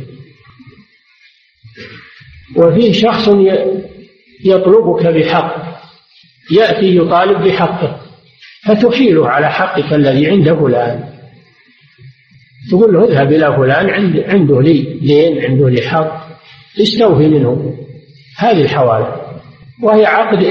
وفيه شخص يطلبك بحق، يأتي يطالب بحقه فتحيله على حقك الذي عند فلان، تقول له اذهب إلى فلان عنده لي دين، عنده لي حق، استوفي منه. هذه الحوالة، وهي عقد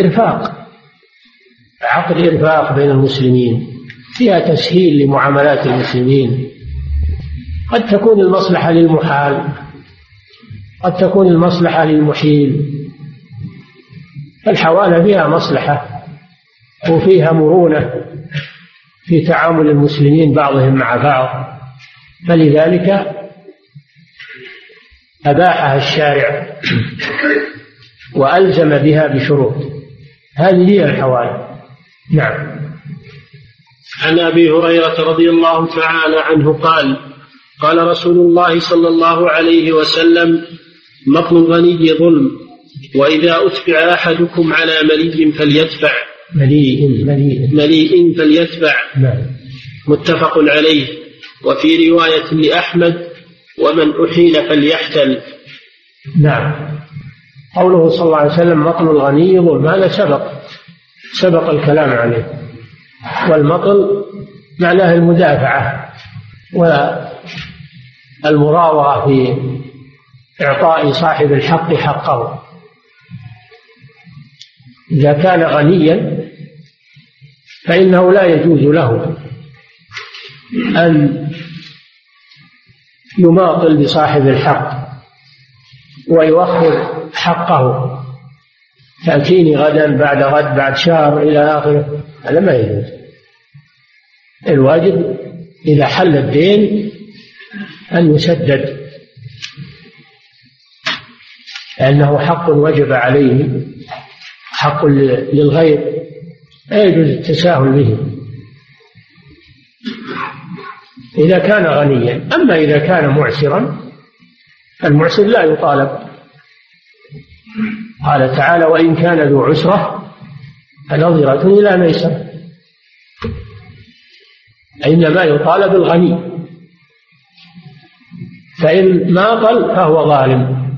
إرفاق بين المسلمين، فيها تسهيل لمعاملات المسلمين، قد تكون المصلحة للمحال، قد تكون المصلحة للمحيل. الحوالة فيها مصلحة وفيها مرونة في تعامل المسلمين بعضهم مع بعض، فلذلك أباحها الشارع وألزم بها بشروط. هذه هي الحوالة. نعم.
عن أبي هريرة رضي الله تعالى عنه قال: قال رسول الله صلى الله عليه وسلم: مطل الغني ظلم، وإذا أتبع أحدكم على مليء فليدفع. مليء فليدفع. متفق عليه. وفي رواية لأحمد: ومن أحيل فليحتل.
نعم. قوله صلى الله عليه وسلم مطل الغني ظلم، هذا سبق الكلام عليه. والمطل معناه المدافعة والمراوغة في إعطاء صاحب الحق حقه. إذا كان غنيا فإنه لا يجوز له أن يماطل بصاحب الحق ويؤخر حقه، تأتيني غدا بعد غد بعد شهر إلى آخره، هذا ما يجوز. الواجب إذا حل الدين أن يسدد، لأنه حق وجب عليه، حق للغير، لا يجوز التساهل به إذا كان غنيا. أما إذا كان معسرا، المعسر لا يطالب. قال تعالى: وإن كان ذو عسرة فنظرة إلى ميسرة. إنما يطالب الغني، فإن ماطل فهو ظالم.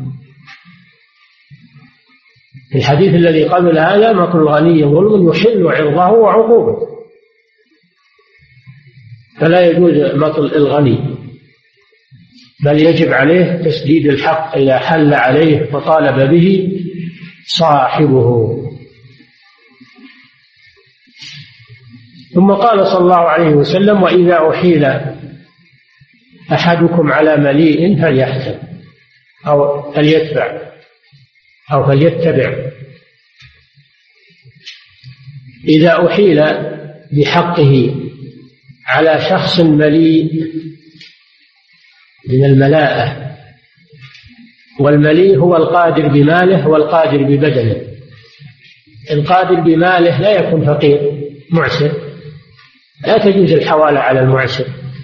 في الحديث الذي قبل هذا: مطل الغني ظلم يحل عرضه وعقوبته. فلا يجوز مطل الغني، بل يجب عليه تسديد الحق إذا حل عليه وطالب به صاحبه. ثم قال صلى الله عليه وسلم: وإذا أحيل أحدكم على مليء فليحتل أو فليتبع أو فليتبع. إذا أحيل بحقه على شخص مليء من الملاءة، والمليء هو القادر بماله والقادر ببدنه. القادر بماله لا يكون فقير معسر، لا تجوز الحوالة على المعسر.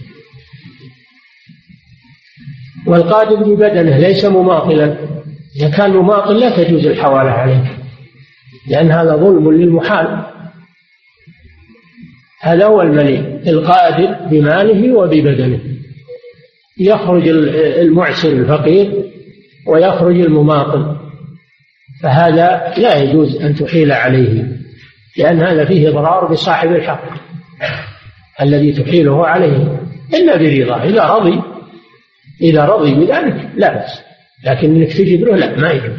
والقادر ببدنه ليس مماطلا، إذا كان مماطل لا تجوز الحوالة عليه، لأن هذا ظلم للمحال. هذا هو المليء، القادر بماله وببدنه. يخرج المعسر الفقير ويخرج المماطل، فهذا لا يجوز أن تحيل عليه، لأن هذا فيه إضرار بصاحب الحق الذي تحيله عليه، إلا برضاه. إذا رضي بذلك لا بأس، لكن إنك تجبره لا، ما يجوز.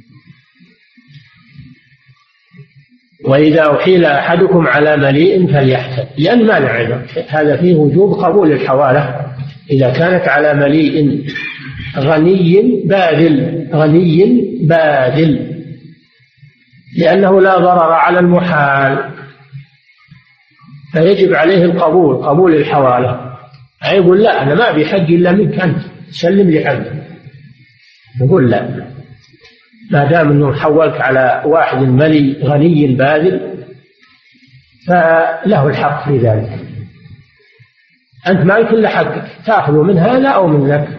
وإذا أحيل أحدكم على مليء فليحتل، لأن ما نعلم هذا فيه وجوب قبول الحوالة إذا كانت على مليء غني باذل، لأنه لا ضرر على المحال، فيجب عليه قبول الحوالة. يقول لا، أنا ما أبي حق إلا منك أنت، سلم لي حقك. يقول لا، ما دام أنه حولك على واحد ملي غني باذل فله الحق في ذلك. أنت ما يكون له حقك، تأخذ من هذا أو من ذاك،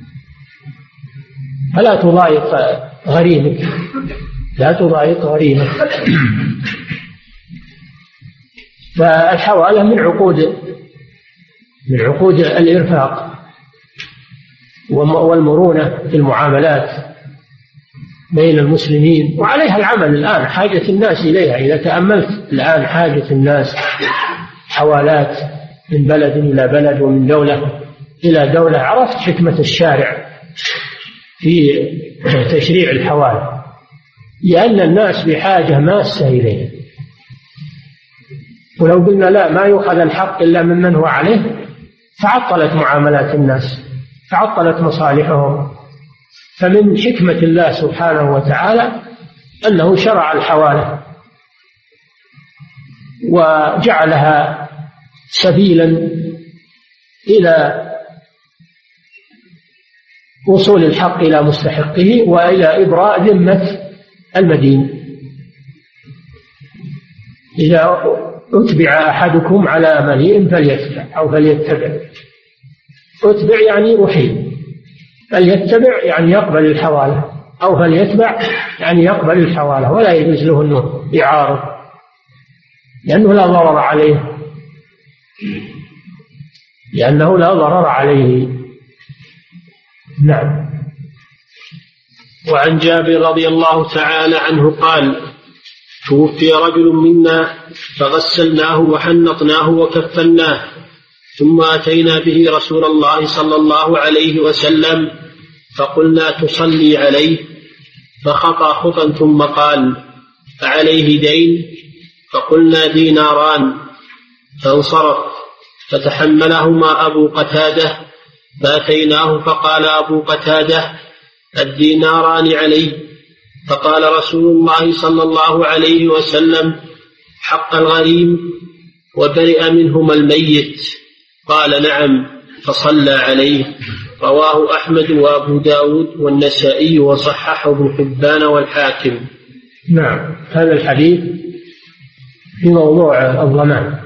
فلا تضايق غريمك، لا تضايق غريمك. فالحوالة من عقود الإرفاق والمرونة في المعاملات بين المسلمين، وعليها العمل الآن، حاجة الناس إليها. إذا تأملت الآن حاجة الناس حوالات من بلد إلى بلد ومن دولة إلى دولة، عرفت حكمة الشارع في تشريع الحوالة، لأن الناس بحاجة ماسة إليه. ولو قلنا لا، ما يؤخذ الحق إلا ممن هو عليه، تعطلت معاملات الناس، تعطلت مصالحهم. فمن حكمة الله سبحانه وتعالى أنه شرع الحوالة وجعلها سبيلا إلى وصول الحق إلى مستحقه وإلى إبراء ذمة المدين. إذا أتبع أحدكم على مليء فليتبع أو فليتبع. أتبع يعني أحيل، فليتبع يعني يقبل الحوالة، أو فليتبع يعني يقبل الحوالة، ولا يجوز له أنه يعارض، لأنه لا ضرر عليه، نعم.
وعن جابر رضي الله تعالى عنه قال: توفي رجل منا فغسلناه وحنطناه وكفناه، ثم أتينا به رسول الله صلى الله عليه وسلم فقلنا: تصلي عليه؟ فخطى خطا ثم قال: أعليه دين؟ فقلنا: ديناران. فانصرف، فتحملهما أبو قتادة، فأتيناه فقال أبو قتادة: الديناران عليه. فقال رسول الله صلى الله عليه وسلم: حق الغريم وبرئ منهما الميت. قال: نعم. فصلى عليه. رواه أحمد وأبو داود والنسائي وصححه ابن حبان والحاكم.
نعم. هذا الحديث في موضوع الضمان،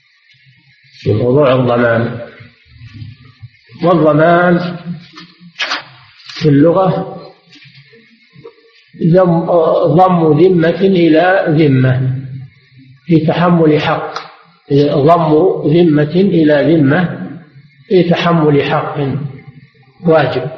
والضمان في اللغة ضم ذمة إلى ذمة في تحمل حق، ضم ذمة إلى ذمة في تحمل حق واجب،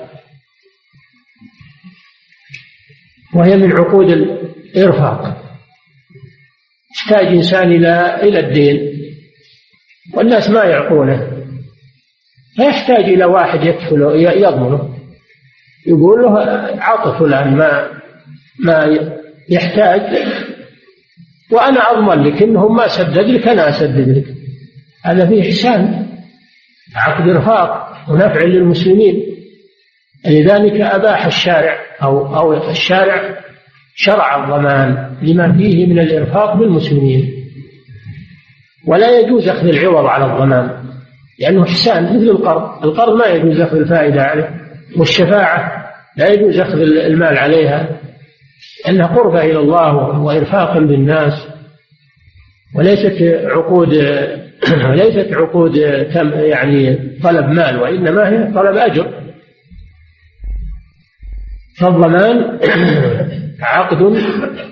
وهي من عقود الإرفاق. يحتاج إنسان إلى الدين والناس ما يعطونه، فيحتاج إلى واحد يكفله يضمنه، يقول له عطف فلان ما يحتاج، وأنا أضمن لك إنهم ما سدد لك، أنا أسدد لك. هذا فيه إحسان، عقد إرفاق ونفع للمسلمين. لذلك أباح الشارع أو الشارع شرع الضمان لما فيه من الإرفاق بالمسلمين. ولا يجوز أخذ العوض على الضمان، لأنه إحسان، مثل القرض ما يجوز أخذ الفائدة عليه، والشفاعة لا يجوز أخذ المال عليها، لأنها قربة إلى الله وإرفاقا بالناس، وليست عقود يعني طلب مال، وإنما هي طلب أجر. فالضمان عقد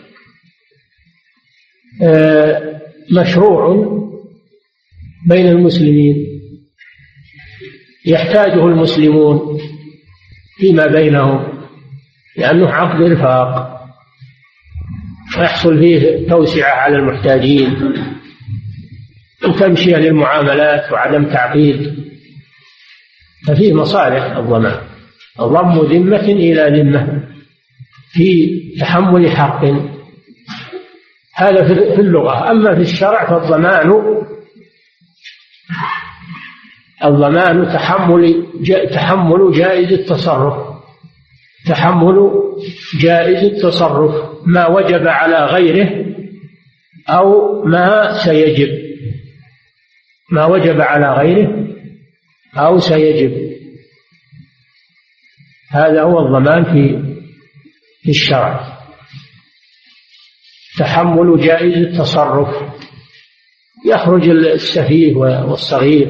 مشروع بين المسلمين، يحتاجه المسلمون فيما بينهم، لأنه عقد إرفاق. ويحصل فيه توسعة على المحتاجين وتمشية للمعاملات وعدم تعقيد، ففيه مصالح الضمان. ضم ذمة إلى ذمة في تحمل حق، هذا في اللغة. أما في الشرع فالضمان تحمل جائز التصرف، تحمل جائز التصرف ما وجب على غيره أو ما سيجب، ما وجب على غيره أو سيجب، هذا هو الضمان في الشرع. تحمل جائز التصرف، يخرج السفيه والصغير،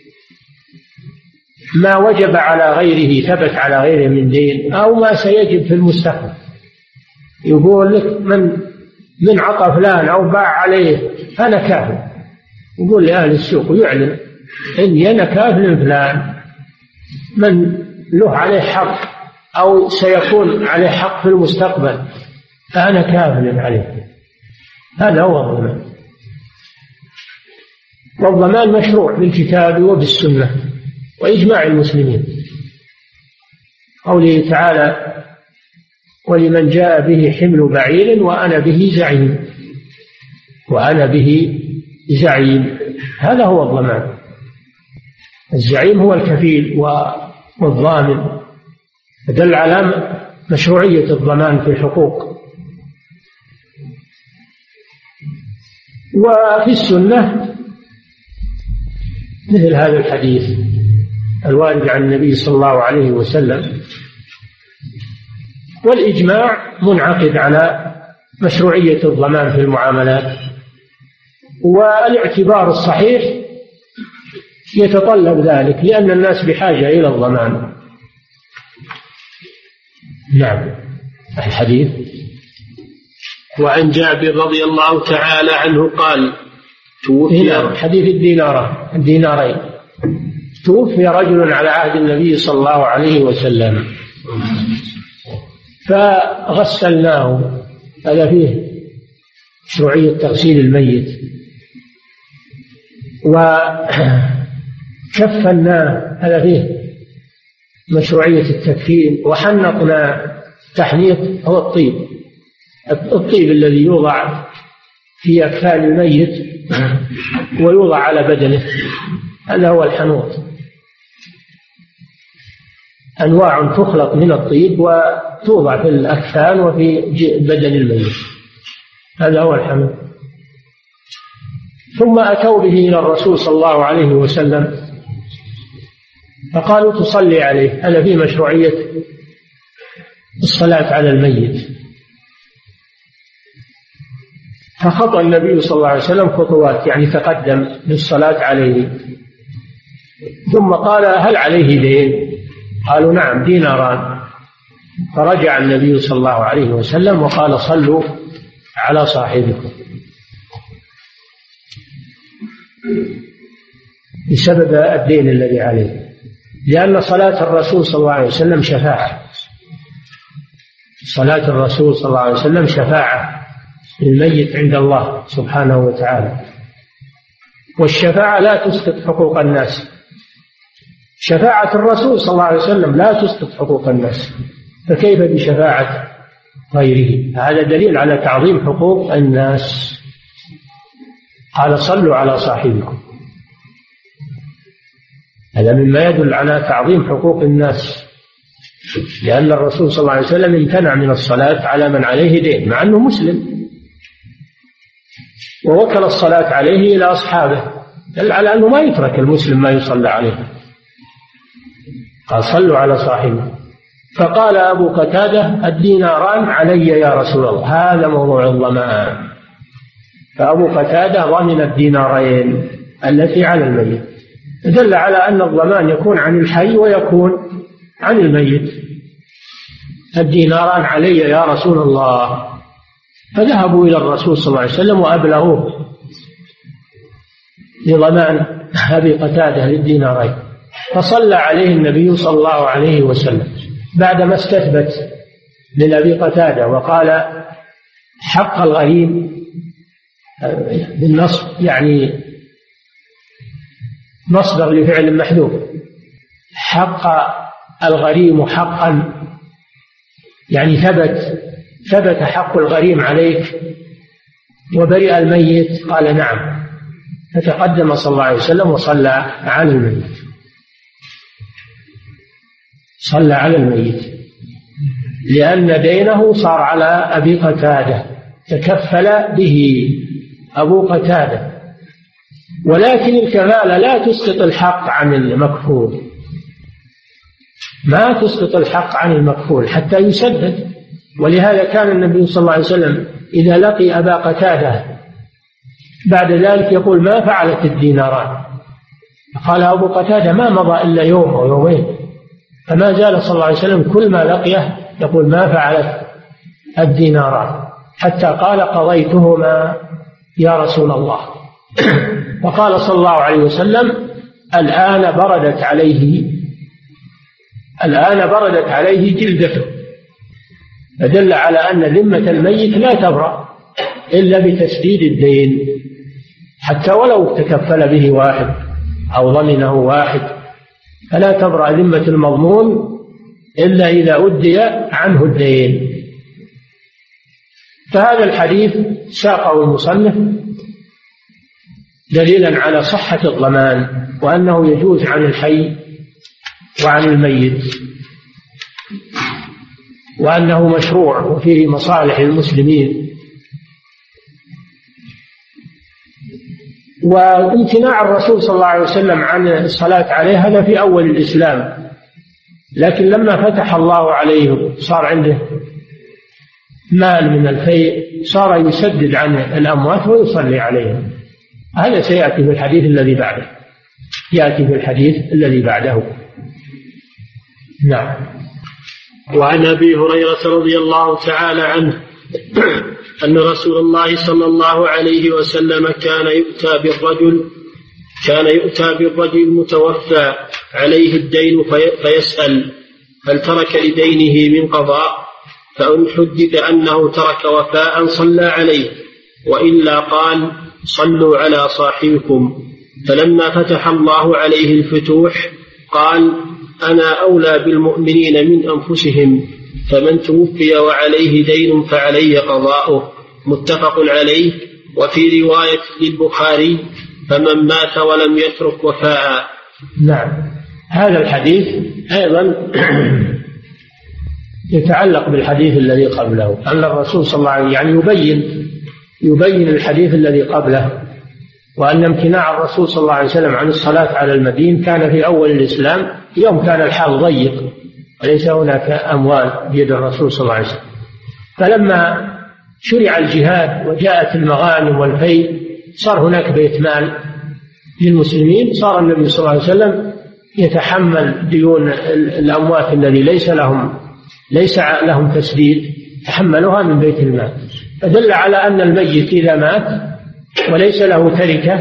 ما وجب على غيره ثبت على غيره من دين أو ما سيجب في المستقبل. يقول لك من عطى فلان أو باع عليه أنا كافل، يقول لأهل السوق ويعلن إني أنا كافل فلان، من له عليه حق أو سيكون عليه حق في المستقبل فأنا كافل عليه. هذا هو الضمان. والضمان مشروع بالكتاب وبالسنة وإجماع المسلمين. قوله تعالى: ولمن جاء به حمل بعير وأنا به زعيم، وأنا به زعيم، هذا هو الضمان. الزعيم هو الكفيل والضامن، دل على مشروعية الضمان في الحقوق. وفي السنة مثل هذا الحديث الوارد عن النبي صلى الله عليه وسلم. والإجماع منعقد على مشروعية الضمان في المعاملات، والاعتبار الصحيح يتطلب ذلك لأن الناس بحاجة إلى الضمان. نعم. الحديث:
وعن جابر رضي الله تعالى عنه قال: توفي
حديث الدينارين، توفي رجل على عهد النبي صلى الله عليه وسلم فغسلناه، هذا فيه مشروعية تغسيل الميت، وكفناه، هذا فيه مشروعية التكفين، وحنطنا. تحنيط هو الطيب الذي يوضع في أكفان الميت ويوضع على بدنه، هذا هو الحنوط. أنواع تخلط من الطيب وتوضع في الأكفان وفي بدن الميت، هذا هو الحنوط. ثم أتوا به إلى الرسول صلى الله عليه وسلم فقالوا: تصلي عليه، هذا فيه مشروعية الصلاة على الميت. فخطى النبي صلى الله عليه وسلم خطوات، يعني تقدم للصلاة عليه، ثم قال: هل عليه دين؟ قالوا: نعم، ديناران. فرجع النبي صلى الله عليه وسلم وقال: صلوا على صاحبكم، بسبب الدين الذي عليه، لأن صلاة الرسول صلى الله عليه وسلم شفاعة. صلاة الرسول صلى الله عليه وسلم شفاعة للميت عند الله سبحانه وتعالى، والشفاعة لا تسقط حقوق الناس. شفاعة الرسول صلى الله عليه وسلم لا تسقط حقوق الناس، فكيف بشفاعة غيره؟ هذا دليل على تعظيم حقوق الناس. قال: صلوا على صاحبكم، هذا مما يدل على تعظيم حقوق الناس، لأن الرسول صلى الله عليه وسلم امتنع من الصلاة على من عليه دين مع أنه مسلم، ووكل الصلاة عليه إلى أصحابه، دل على أنه ما يترك المسلم ما يصلى عليه. قال: صلوا على صاحبه. فقال أبو قتادة: الديناران علي يا رسول الله، هذا موضوع الضمان. فأبو قتادة ضمن الدينارين التي على الميت، دل على أن الضمان يكون عن الحي ويكون عن الميت. الديناران علي يا رسول الله. فذهبوا إلى الرسول صلى الله عليه وسلم وأبلغوه لضمان أبي قتادة للدينارين، فصلى عليه النبي صلى الله عليه وسلم بعدما استثبت لأبي قتادة وقال: حق الغريم بالنصب يعني مصدر لفعل محذوف. حق الغريم حقا يعني ثبت حق الغريم عليك وبرئ الميت. قال نعم، فتقدم صلى الله عليه وسلم وصلى على الميت، صلى على الميت، لأن دينه صار على أبي قتادة، تكفل به أبو قتادة. ولكن الكفالة لا تسقط الحق عن المكفول، ما تسقط الحق عن المكفول حتى يسدد. ولهذا كان النبي صلى الله عليه وسلم إذا لقي أبا قتادة بعد ذلك يقول ما فعلت الديناران؟ قال أبو قتادة ما مضى إلا يوم أو يومين، فما زال صلى الله عليه وسلم كل ما لقيه يقول ما فعلت الديناران، حتى قال قضيتهما يا رسول الله. فقال صلى الله عليه وسلم الآن بردت عليه جلدته، فدل على أن ذمة الميت لا تبرأ إلا بتسديد الدين، حتى ولو تكفل به واحد أو ضمنه واحد، فلا تبرأ ذمة المضمون إلا إذا أدي عنه الدين. فهذا الحديث ساقه المصنف دليلا على صحة الضمان، وأنه يجوز عن الحي وعن الميت، وأنه مشروع وفيه مصالح المسلمين. وامتناع الرسول صلى الله عليه وسلم عن الصلاة عليه هذا في أول الإسلام، لكن لما فتح الله عليه صار عنده مال من الفيء صار يسدد عن الأموات ويصلي عليهم. هذا سيأتي في الحديث الذي بعده، يأتي في الحديث الذي بعده. نعم.
وعن أبي هريرة رضي الله تعالى عنه أن رسول الله صلى الله عليه وسلم كان يؤتى بالرجل المتوفى عليه الدين فيسأل هل ترك لدينه من قضاء؟ فإن حدث أنه ترك وفاء صلى عليه، وإلا قال صلوا على صاحبكم. فلما فتح الله عليه الفتوح قال أنا أولى بالمؤمنين من أنفسهم، فمن توفي وعليه دين فعلي قضاؤه. متفق عليه. وفي رواية للبخاري فمن مات ولم يترك وفاء.
نعم. هذا الحديث أيضا يتعلق بالحديث الذي قبله، أن الرسول صلى الله عليه وسلم يعني يبين الحديث الذي قبله، وأن امتناع الرسول صلى الله عليه وسلم عن الصلاة على المدين كان في أول الإسلام، يوم كان الحال ضيق وليس هناك أموال بيد الرسول صلى الله عليه وسلم. فلما شرع الجهاد وجاءت المغانم والفيء صار هناك بيت مال للمسلمين، صار النبي صلى الله عليه وسلم يتحمل ديون الأموات الذي ليس لهم تسديد، تحملها من بيت المال. فدل على أن الميت إذا مات وليس له تركة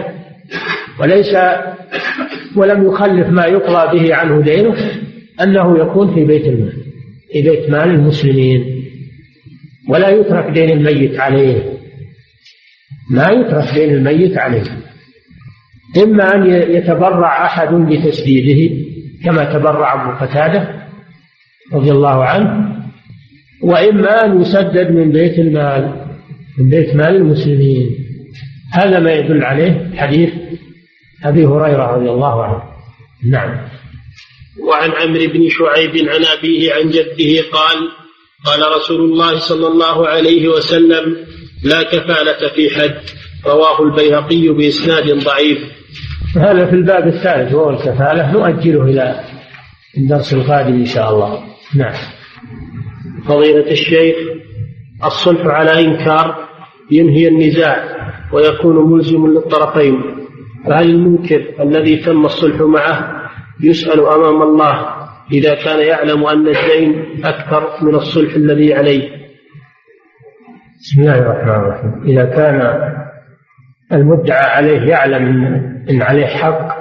ولم يخلف ما يقضى به عنه دينه أنه يكون في بيت المال، في بيت مال المسلمين، ولا يترك دين الميت عليه، ما يترك دين الميت عليه. إما أن يتبرع أحد بتسديده كما تبرع أبو قتادة رضي الله عنه، وإما أن يسدد من بيت المال، من بيت مال المسلمين. هذا ما يدل عليه حديث أبي هريرة رضي الله عنه. نعم.
وعن عمرو بن شعيب عن أبيه عن جده قال رسول الله صلى الله عليه وسلم لا كفالة في حد. رواه البيهقي بإسناد ضعيف.
هذا في الباب الثالث وهو الكفالة، نؤجله إلى الدرس القادم إن شاء الله. نعم.
فضيلة الشيخ، الصلح على إنكار ينهي النزاع ويكون ملزم للطرفين، فهل المنكر الذي تم الصلح معه يسأل أمام الله إذا كان يعلم أن الدين أكثر من الصلح الذي عليه؟
بسم الله الرحمن الرحيم. إذا كان المدعى عليه يعلم إن عليه حق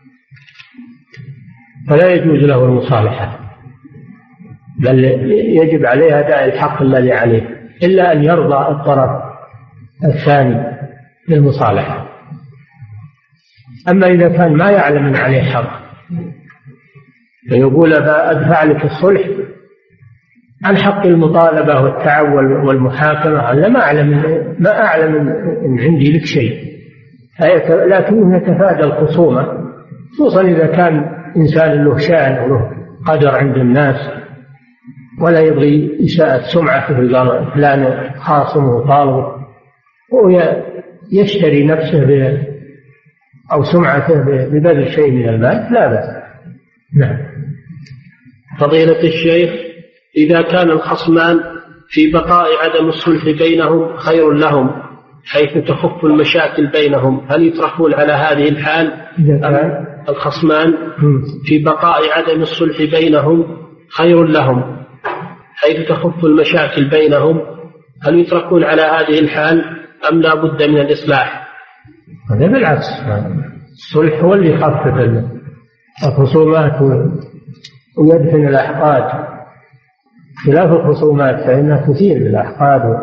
فلا يجوز له المصالحة، بل يجب عليه أداء الحق الذي عليه. إلا أن يرضى الطرف الثاني للمصالحة. أما إذا كان ما يعلم أن عليه حق فيقول أدفع لك الصلح عن حق المطالبة والتعول والمحاكمة، أنا ما أعلم أن عندي لك شيء، لكنه يتفادى الخصومة، خصوصا إذا كان إنسان له شأن وله قدر عند الناس ولا يبغي إساءة سمعته، فلان خاصمه وطالبه، هو يشتري نفسه أو سمعته ببذل شيء من المال لا بأس. نعم.
فضيلة الشيخ، إذا كان الخصمان في بقاء عدم الصلح بينهم خير لهم حيث تخف المشاكل بينهم، هل يتركون على هذه الحال؟ الخصمان في بقاء عدم الصلح بينهم خير لهم حيث تخف المشاكل بينهم، هل يتركون على هذه الحال أم لا بد من الإصلاح؟
هذا بالعكس، الصلح هو اللي يخفف الخصومات ويدفن الأحقاد، خلاف الخصومات فإنها تثير الأحقاد،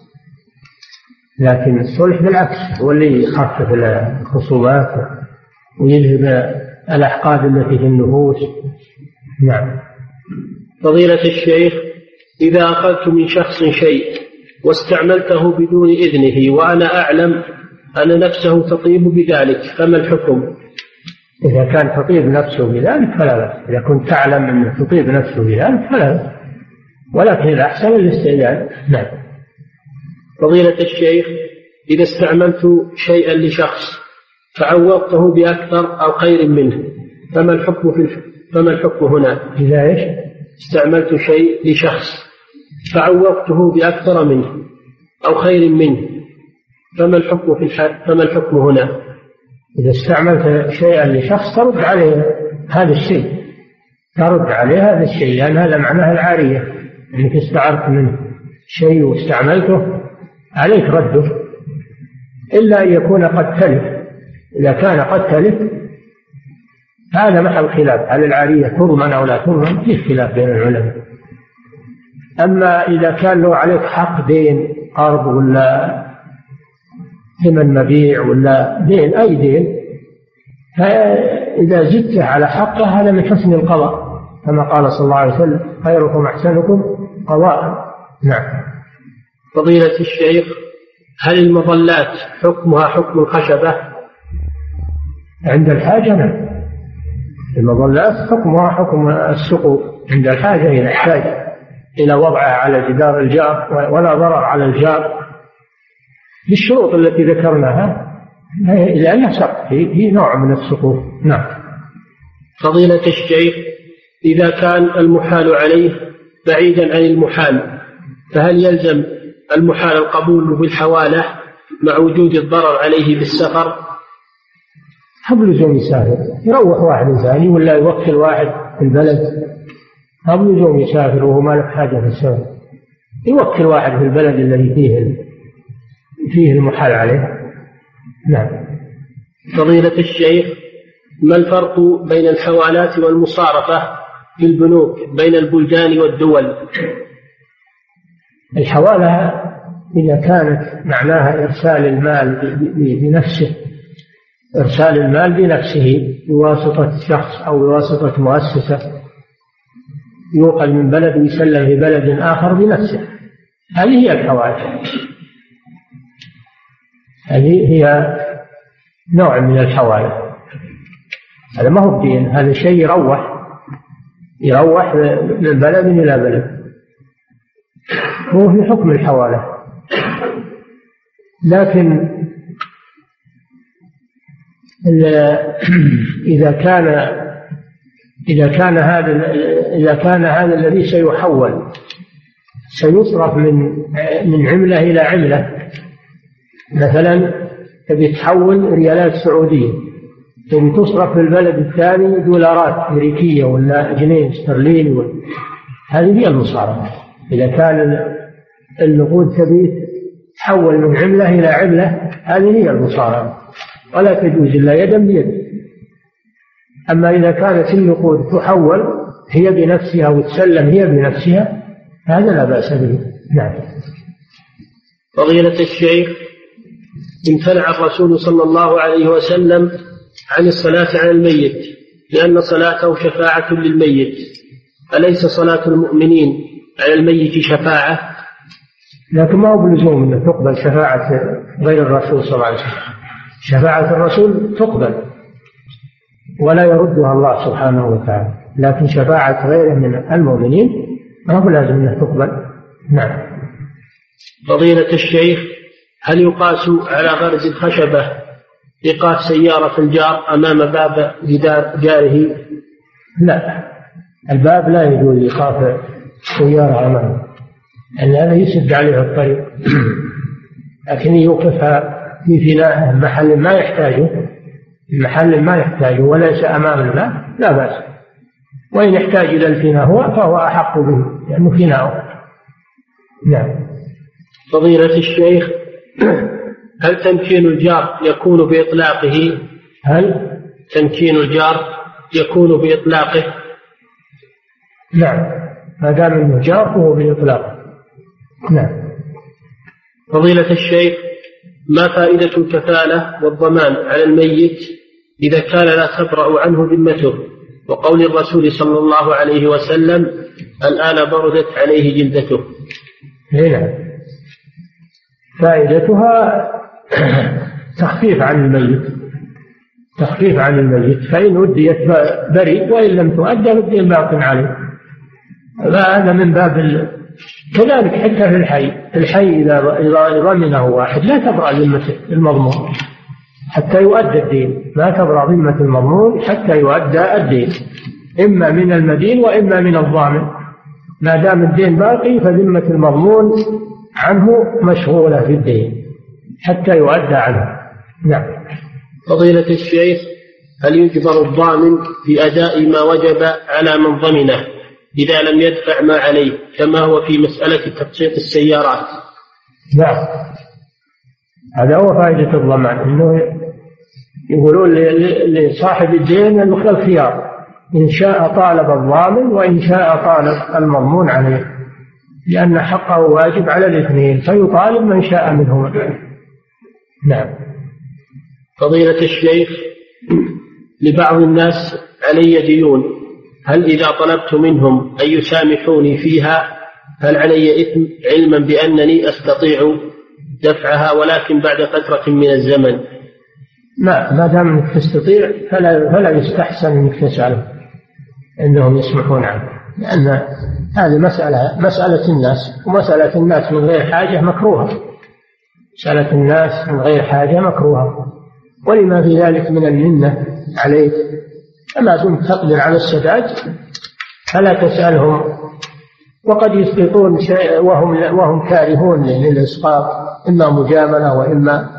لكن الصلح بالعكس هو اللي يخفف الخصومات ويذهب الأحقاد التي في النفوس. نعم.
فضيلة الشيخ، إذا أخذت من شخص شيء واستعملته بدون إذنه وأنا أعلم أن نفسه تطيب بذلك فما الحكم؟
إذا كان تطيب نفسه بذلك فلا بأس، إذا كنت تعلم أن تطيب نفسه بذلك فلا بأس، ولكن الأحسن الاستئذان. نعم.
فضيلة الشيخ، إذا استعملت شيئا لشخص فعوضته بأكثر أو خير منه فما الحكم هنا؟
إذا إيش؟
استعملت شيء لشخص فعوضته بأكثر منه أو خير منه فما الحكم هنا؟
إذا استعملت شيئا لشخص ترد عليه هذا الشيء، لأن هذا معناه العارية، أنك استعرت منه شيء واستعملته عليك رده، إلا أن يكون قد تلف. إذا كان قد تلف هذا محل خلاف، هل العارية تضمن أو لا تضمن، فيه خلاف بين العلماء. أما إذا كان له عليك حق دين، قرض ولا ثمن مبيع ولا دين، أي دين، فإذا زدته على حقه هذا من حسن القضاء، كما قال صلى الله عليه وسلم: خيركم أحسنكم قضاء. نعم.
فضيلة الشيخ، هل المظلات حكمها حكم الخشبة؟
عند الحاجة نعم، المظلات حكمها حكم السقوط عند الحاجة، إذا احتاج إلى وضعها على جدار الجار ولا ضرر على الجار بالشروط التي ذكرناها، لأنها سقط، هي نوع من السقوط. نعم.
فضيلة الشيخ، إذا كان المحال عليه بعيدا عن المحال فهل يلزم المحال القبول بالحوالة مع وجود الضرر عليه بالسفر؟
هب لزوم يسافر، يروح واحد ثاني ولا يوكل واحد في البلد، هب لزوم يسافر وهو ما له حاجة في السفر، يوكل واحد في البلد الذي فيه المحال عليه. نعم.
فضيلة الشيخ، ما الفرق بين الحوالات والمصارفة في البنوك بين البلدان والدول؟
الحوالة إذا كانت معناها إرسال المال بنفسه، إرسال المال بنفسه بواسطة شخص أو بواسطة مؤسسة، يوقل من بلد ويسلم في بلد آخر بنفسه، هذه هي الحوالة، هذه هي نوع من الحوالة. هذا ما هو بدين، هذا شيء يروح من بلد إلى بلد، هو في حكم الحوالة. لكن إذا كان هذا الذي سيحول سيصرف من عملة إلى عملة، مثلا تبي تحول ريالات سعودية، تبي تصرف في البلد الثاني دولارات أمريكية ولا جنيه استرليني، هذه هي المصارفة. إذا كان النقود تبي تحول من عملة إلى عملة، هذه هي المصارفة، ولا تجوز إلا يدا بيد. أما إذا كانت النقود تحول هي بنفسها وتسلم هي بنفسها، هذا لا بأس به. نعم.
فضيلة الشيخ، امتنع الرسول صلى الله عليه وسلم عن الصلاة على الميت لأن صلاته شفاعة للميت، أليس صلاة المؤمنين على الميت شفاعة؟
لكن ما هو بلزوم أن تقبل شفاعة غير الرسول صلى الله عليه وسلم. شفاعة الرسول تقبل ولا يردها الله سبحانه وتعالى، لكن شفاعة غيره من المؤمنين ما هو لازم أنها تقبل. نعم.
فضيلة الشيخ، هل يقاس على غرز الخشبة إيقاف سيارة الجار أمام باب جدار جاره؟
لا، الباب لا يجوز إيقاف سيارة أمامه، لأن هذا يسد عليه الطريق. لكن يوقفها في فناء محل ما يحتاجه وليس أمام الباب لا بأس، وإن يحتاج إلى الفناء فهو أحق به لأنه فناؤه. نعم.
فضيلة الشيخ، هل تمكين الجار يكون بإطلاقه؟
هل
تمكين الجار يكون بإطلاقه؟
نعم، ما دام انه جار فهو بإطلاقه. نعم.
فضيلة الشيخ، ما فائدة الكفالة والضمان على الميت إذا كان لا تبرأ عنه ذمته، وقول الرسول صلى الله عليه وسلم الآن بردت عليه جلدته؟
هنا فائدتها تخفيف عن الميت، فإن أديت بريء، وإن لم تؤدى فالدين باق عليه. فهذا من باب كذلك حتى في الحي إذا ضمنه واحد لا تبرأ ذمة المضمون حتى يؤدى الدين، لا تبرأ ذمة المضمون حتى يؤدى الدين، إما من المدين وإما من الضامن. ما دام الدين باقي فذمة المضمون عنه مشغولة في الدين حتى يؤدى عنه. نعم.
فضيلة الشيخ، هل يجبر الضامن في أداء ما وجب على من ضمنه إذا لم يدفع ما عليه كما هو في مسألة تقسيط السيارات؟
نعم، هذا هو فائدة الضمان، إنه يقولون لصاحب الدين الخيار، إن شاء طالب الضامن وإن شاء طالب المضمون عليه، لأن حقه واجب على الاثنين، فيطالب من شاء منهما. نعم.
فضيلة الشيخ، لبعض الناس علي ديون، هل إذا طلبت منهم أن يسامحوني فيها هل علي إثم علما بأنني أستطيع دفعها ولكن بعد فترة من الزمن؟
ما دام أنك تستطيع فلا يستحسن أنك تسأله أنهم يسمحون عنه، لأن هذه مسألة الناس، ومسألة الناس من غير حاجة مكروهة. مسألة الناس من غير حاجة مكروهة، ولما في ذلك من المنة عليك، أما دمت تقدر على السداد فلا تسألهم، وقد يسقطون شيء وهم كارهون للإسقاط، إما مجاملة وإما،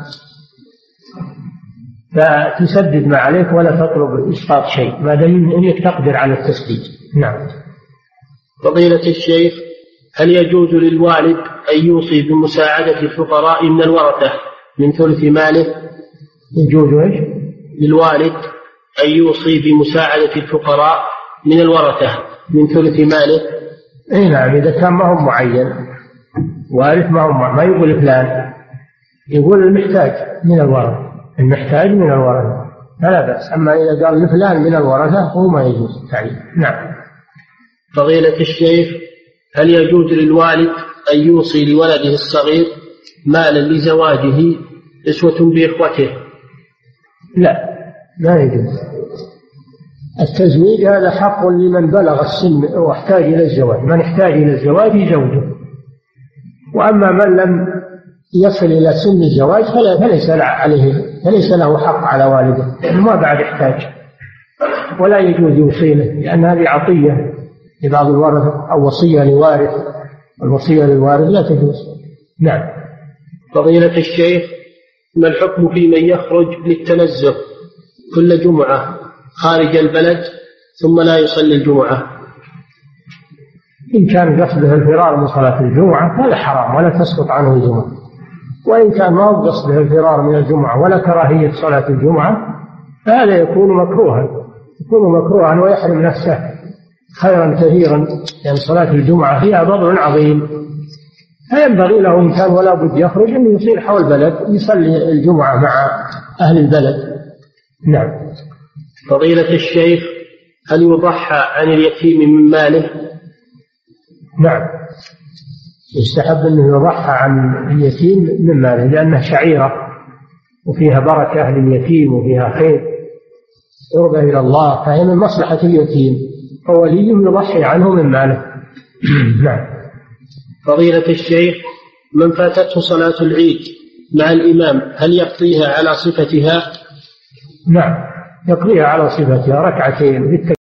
فتسدد ما عليك ولا تطلب إسقاط شيء ما دام أنك تقدر على التسديد. نعم.
فضيلة الشيخ، هل يجوز للوالد أن يوصي بمساعدة الفقراء من الورثة من ثلث ماله؟
يجوز إيش؟
للوالد أن يوصي بمساعدة الفقراء من الورثة من ثلث ماله؟
إيه نعم، إذا كان ما هو معين وارث، ما يقول فلان، يقول المحتاج من الورثة فلا بأس. أما إذا قال لفلان من الورثة هو ما يجوز التعيين. نعم.
فضيلة الشيخ، هل يجوز للوالد أن يوصي لولده الصغير مالا لزواجه أسوة بإخوته؟
لا، ما يجوز. التزويج هذا حق لمن بلغ السن واحتاج إلى الزواج، من احتاج إلى الزواج يزوجه، وأما من لم يصل إلى سن الزواج فليس له حق على والده، ما بعد احتاج، ولا يجوز يوصيله، لأن هذه عطية لبعض الورثة أو وصية لوارث، الوصية للوارث لا تجوز. نعم.
فضيلة الشيخ، ما الحكم في من يخرج للتنزه كل جمعة خارج البلد ثم لا يصلي الجمعة؟
إن كان قصده الفرار من صلاة الجمعة فلا حرام ولا تسقط عنه الجمعة، وإن كان ما هو قصده الفرار من الجمعة ولا كراهية صلاة الجمعة فهذا يكون مكروها ويحرم نفسه خيرا كثيرا، لأن صلاة الجمعة فيها فضل عظيم، فينبغي له إن كان ولا بد يخرج أنه يصير حول البلد يصلي الجمعة مع أهل البلد. نعم.
فضيلة الشيخ، هل يضحى عن اليتيم من ماله؟
نعم، يستحب أنه يضحى عن اليتيم من ماله، لأنه شعيرة وفيها بركة لليتيم وفيها خير قربة إلى الله، فهي من مصلحة اليتيم، فوليه يضحي عنه من ماله. نعم.
فضيلة الشيخ، من فاتته صلاة العيد مع الإمام هل يقضيها على صفتها؟
نعم، يقضيها على صفتها ركعتين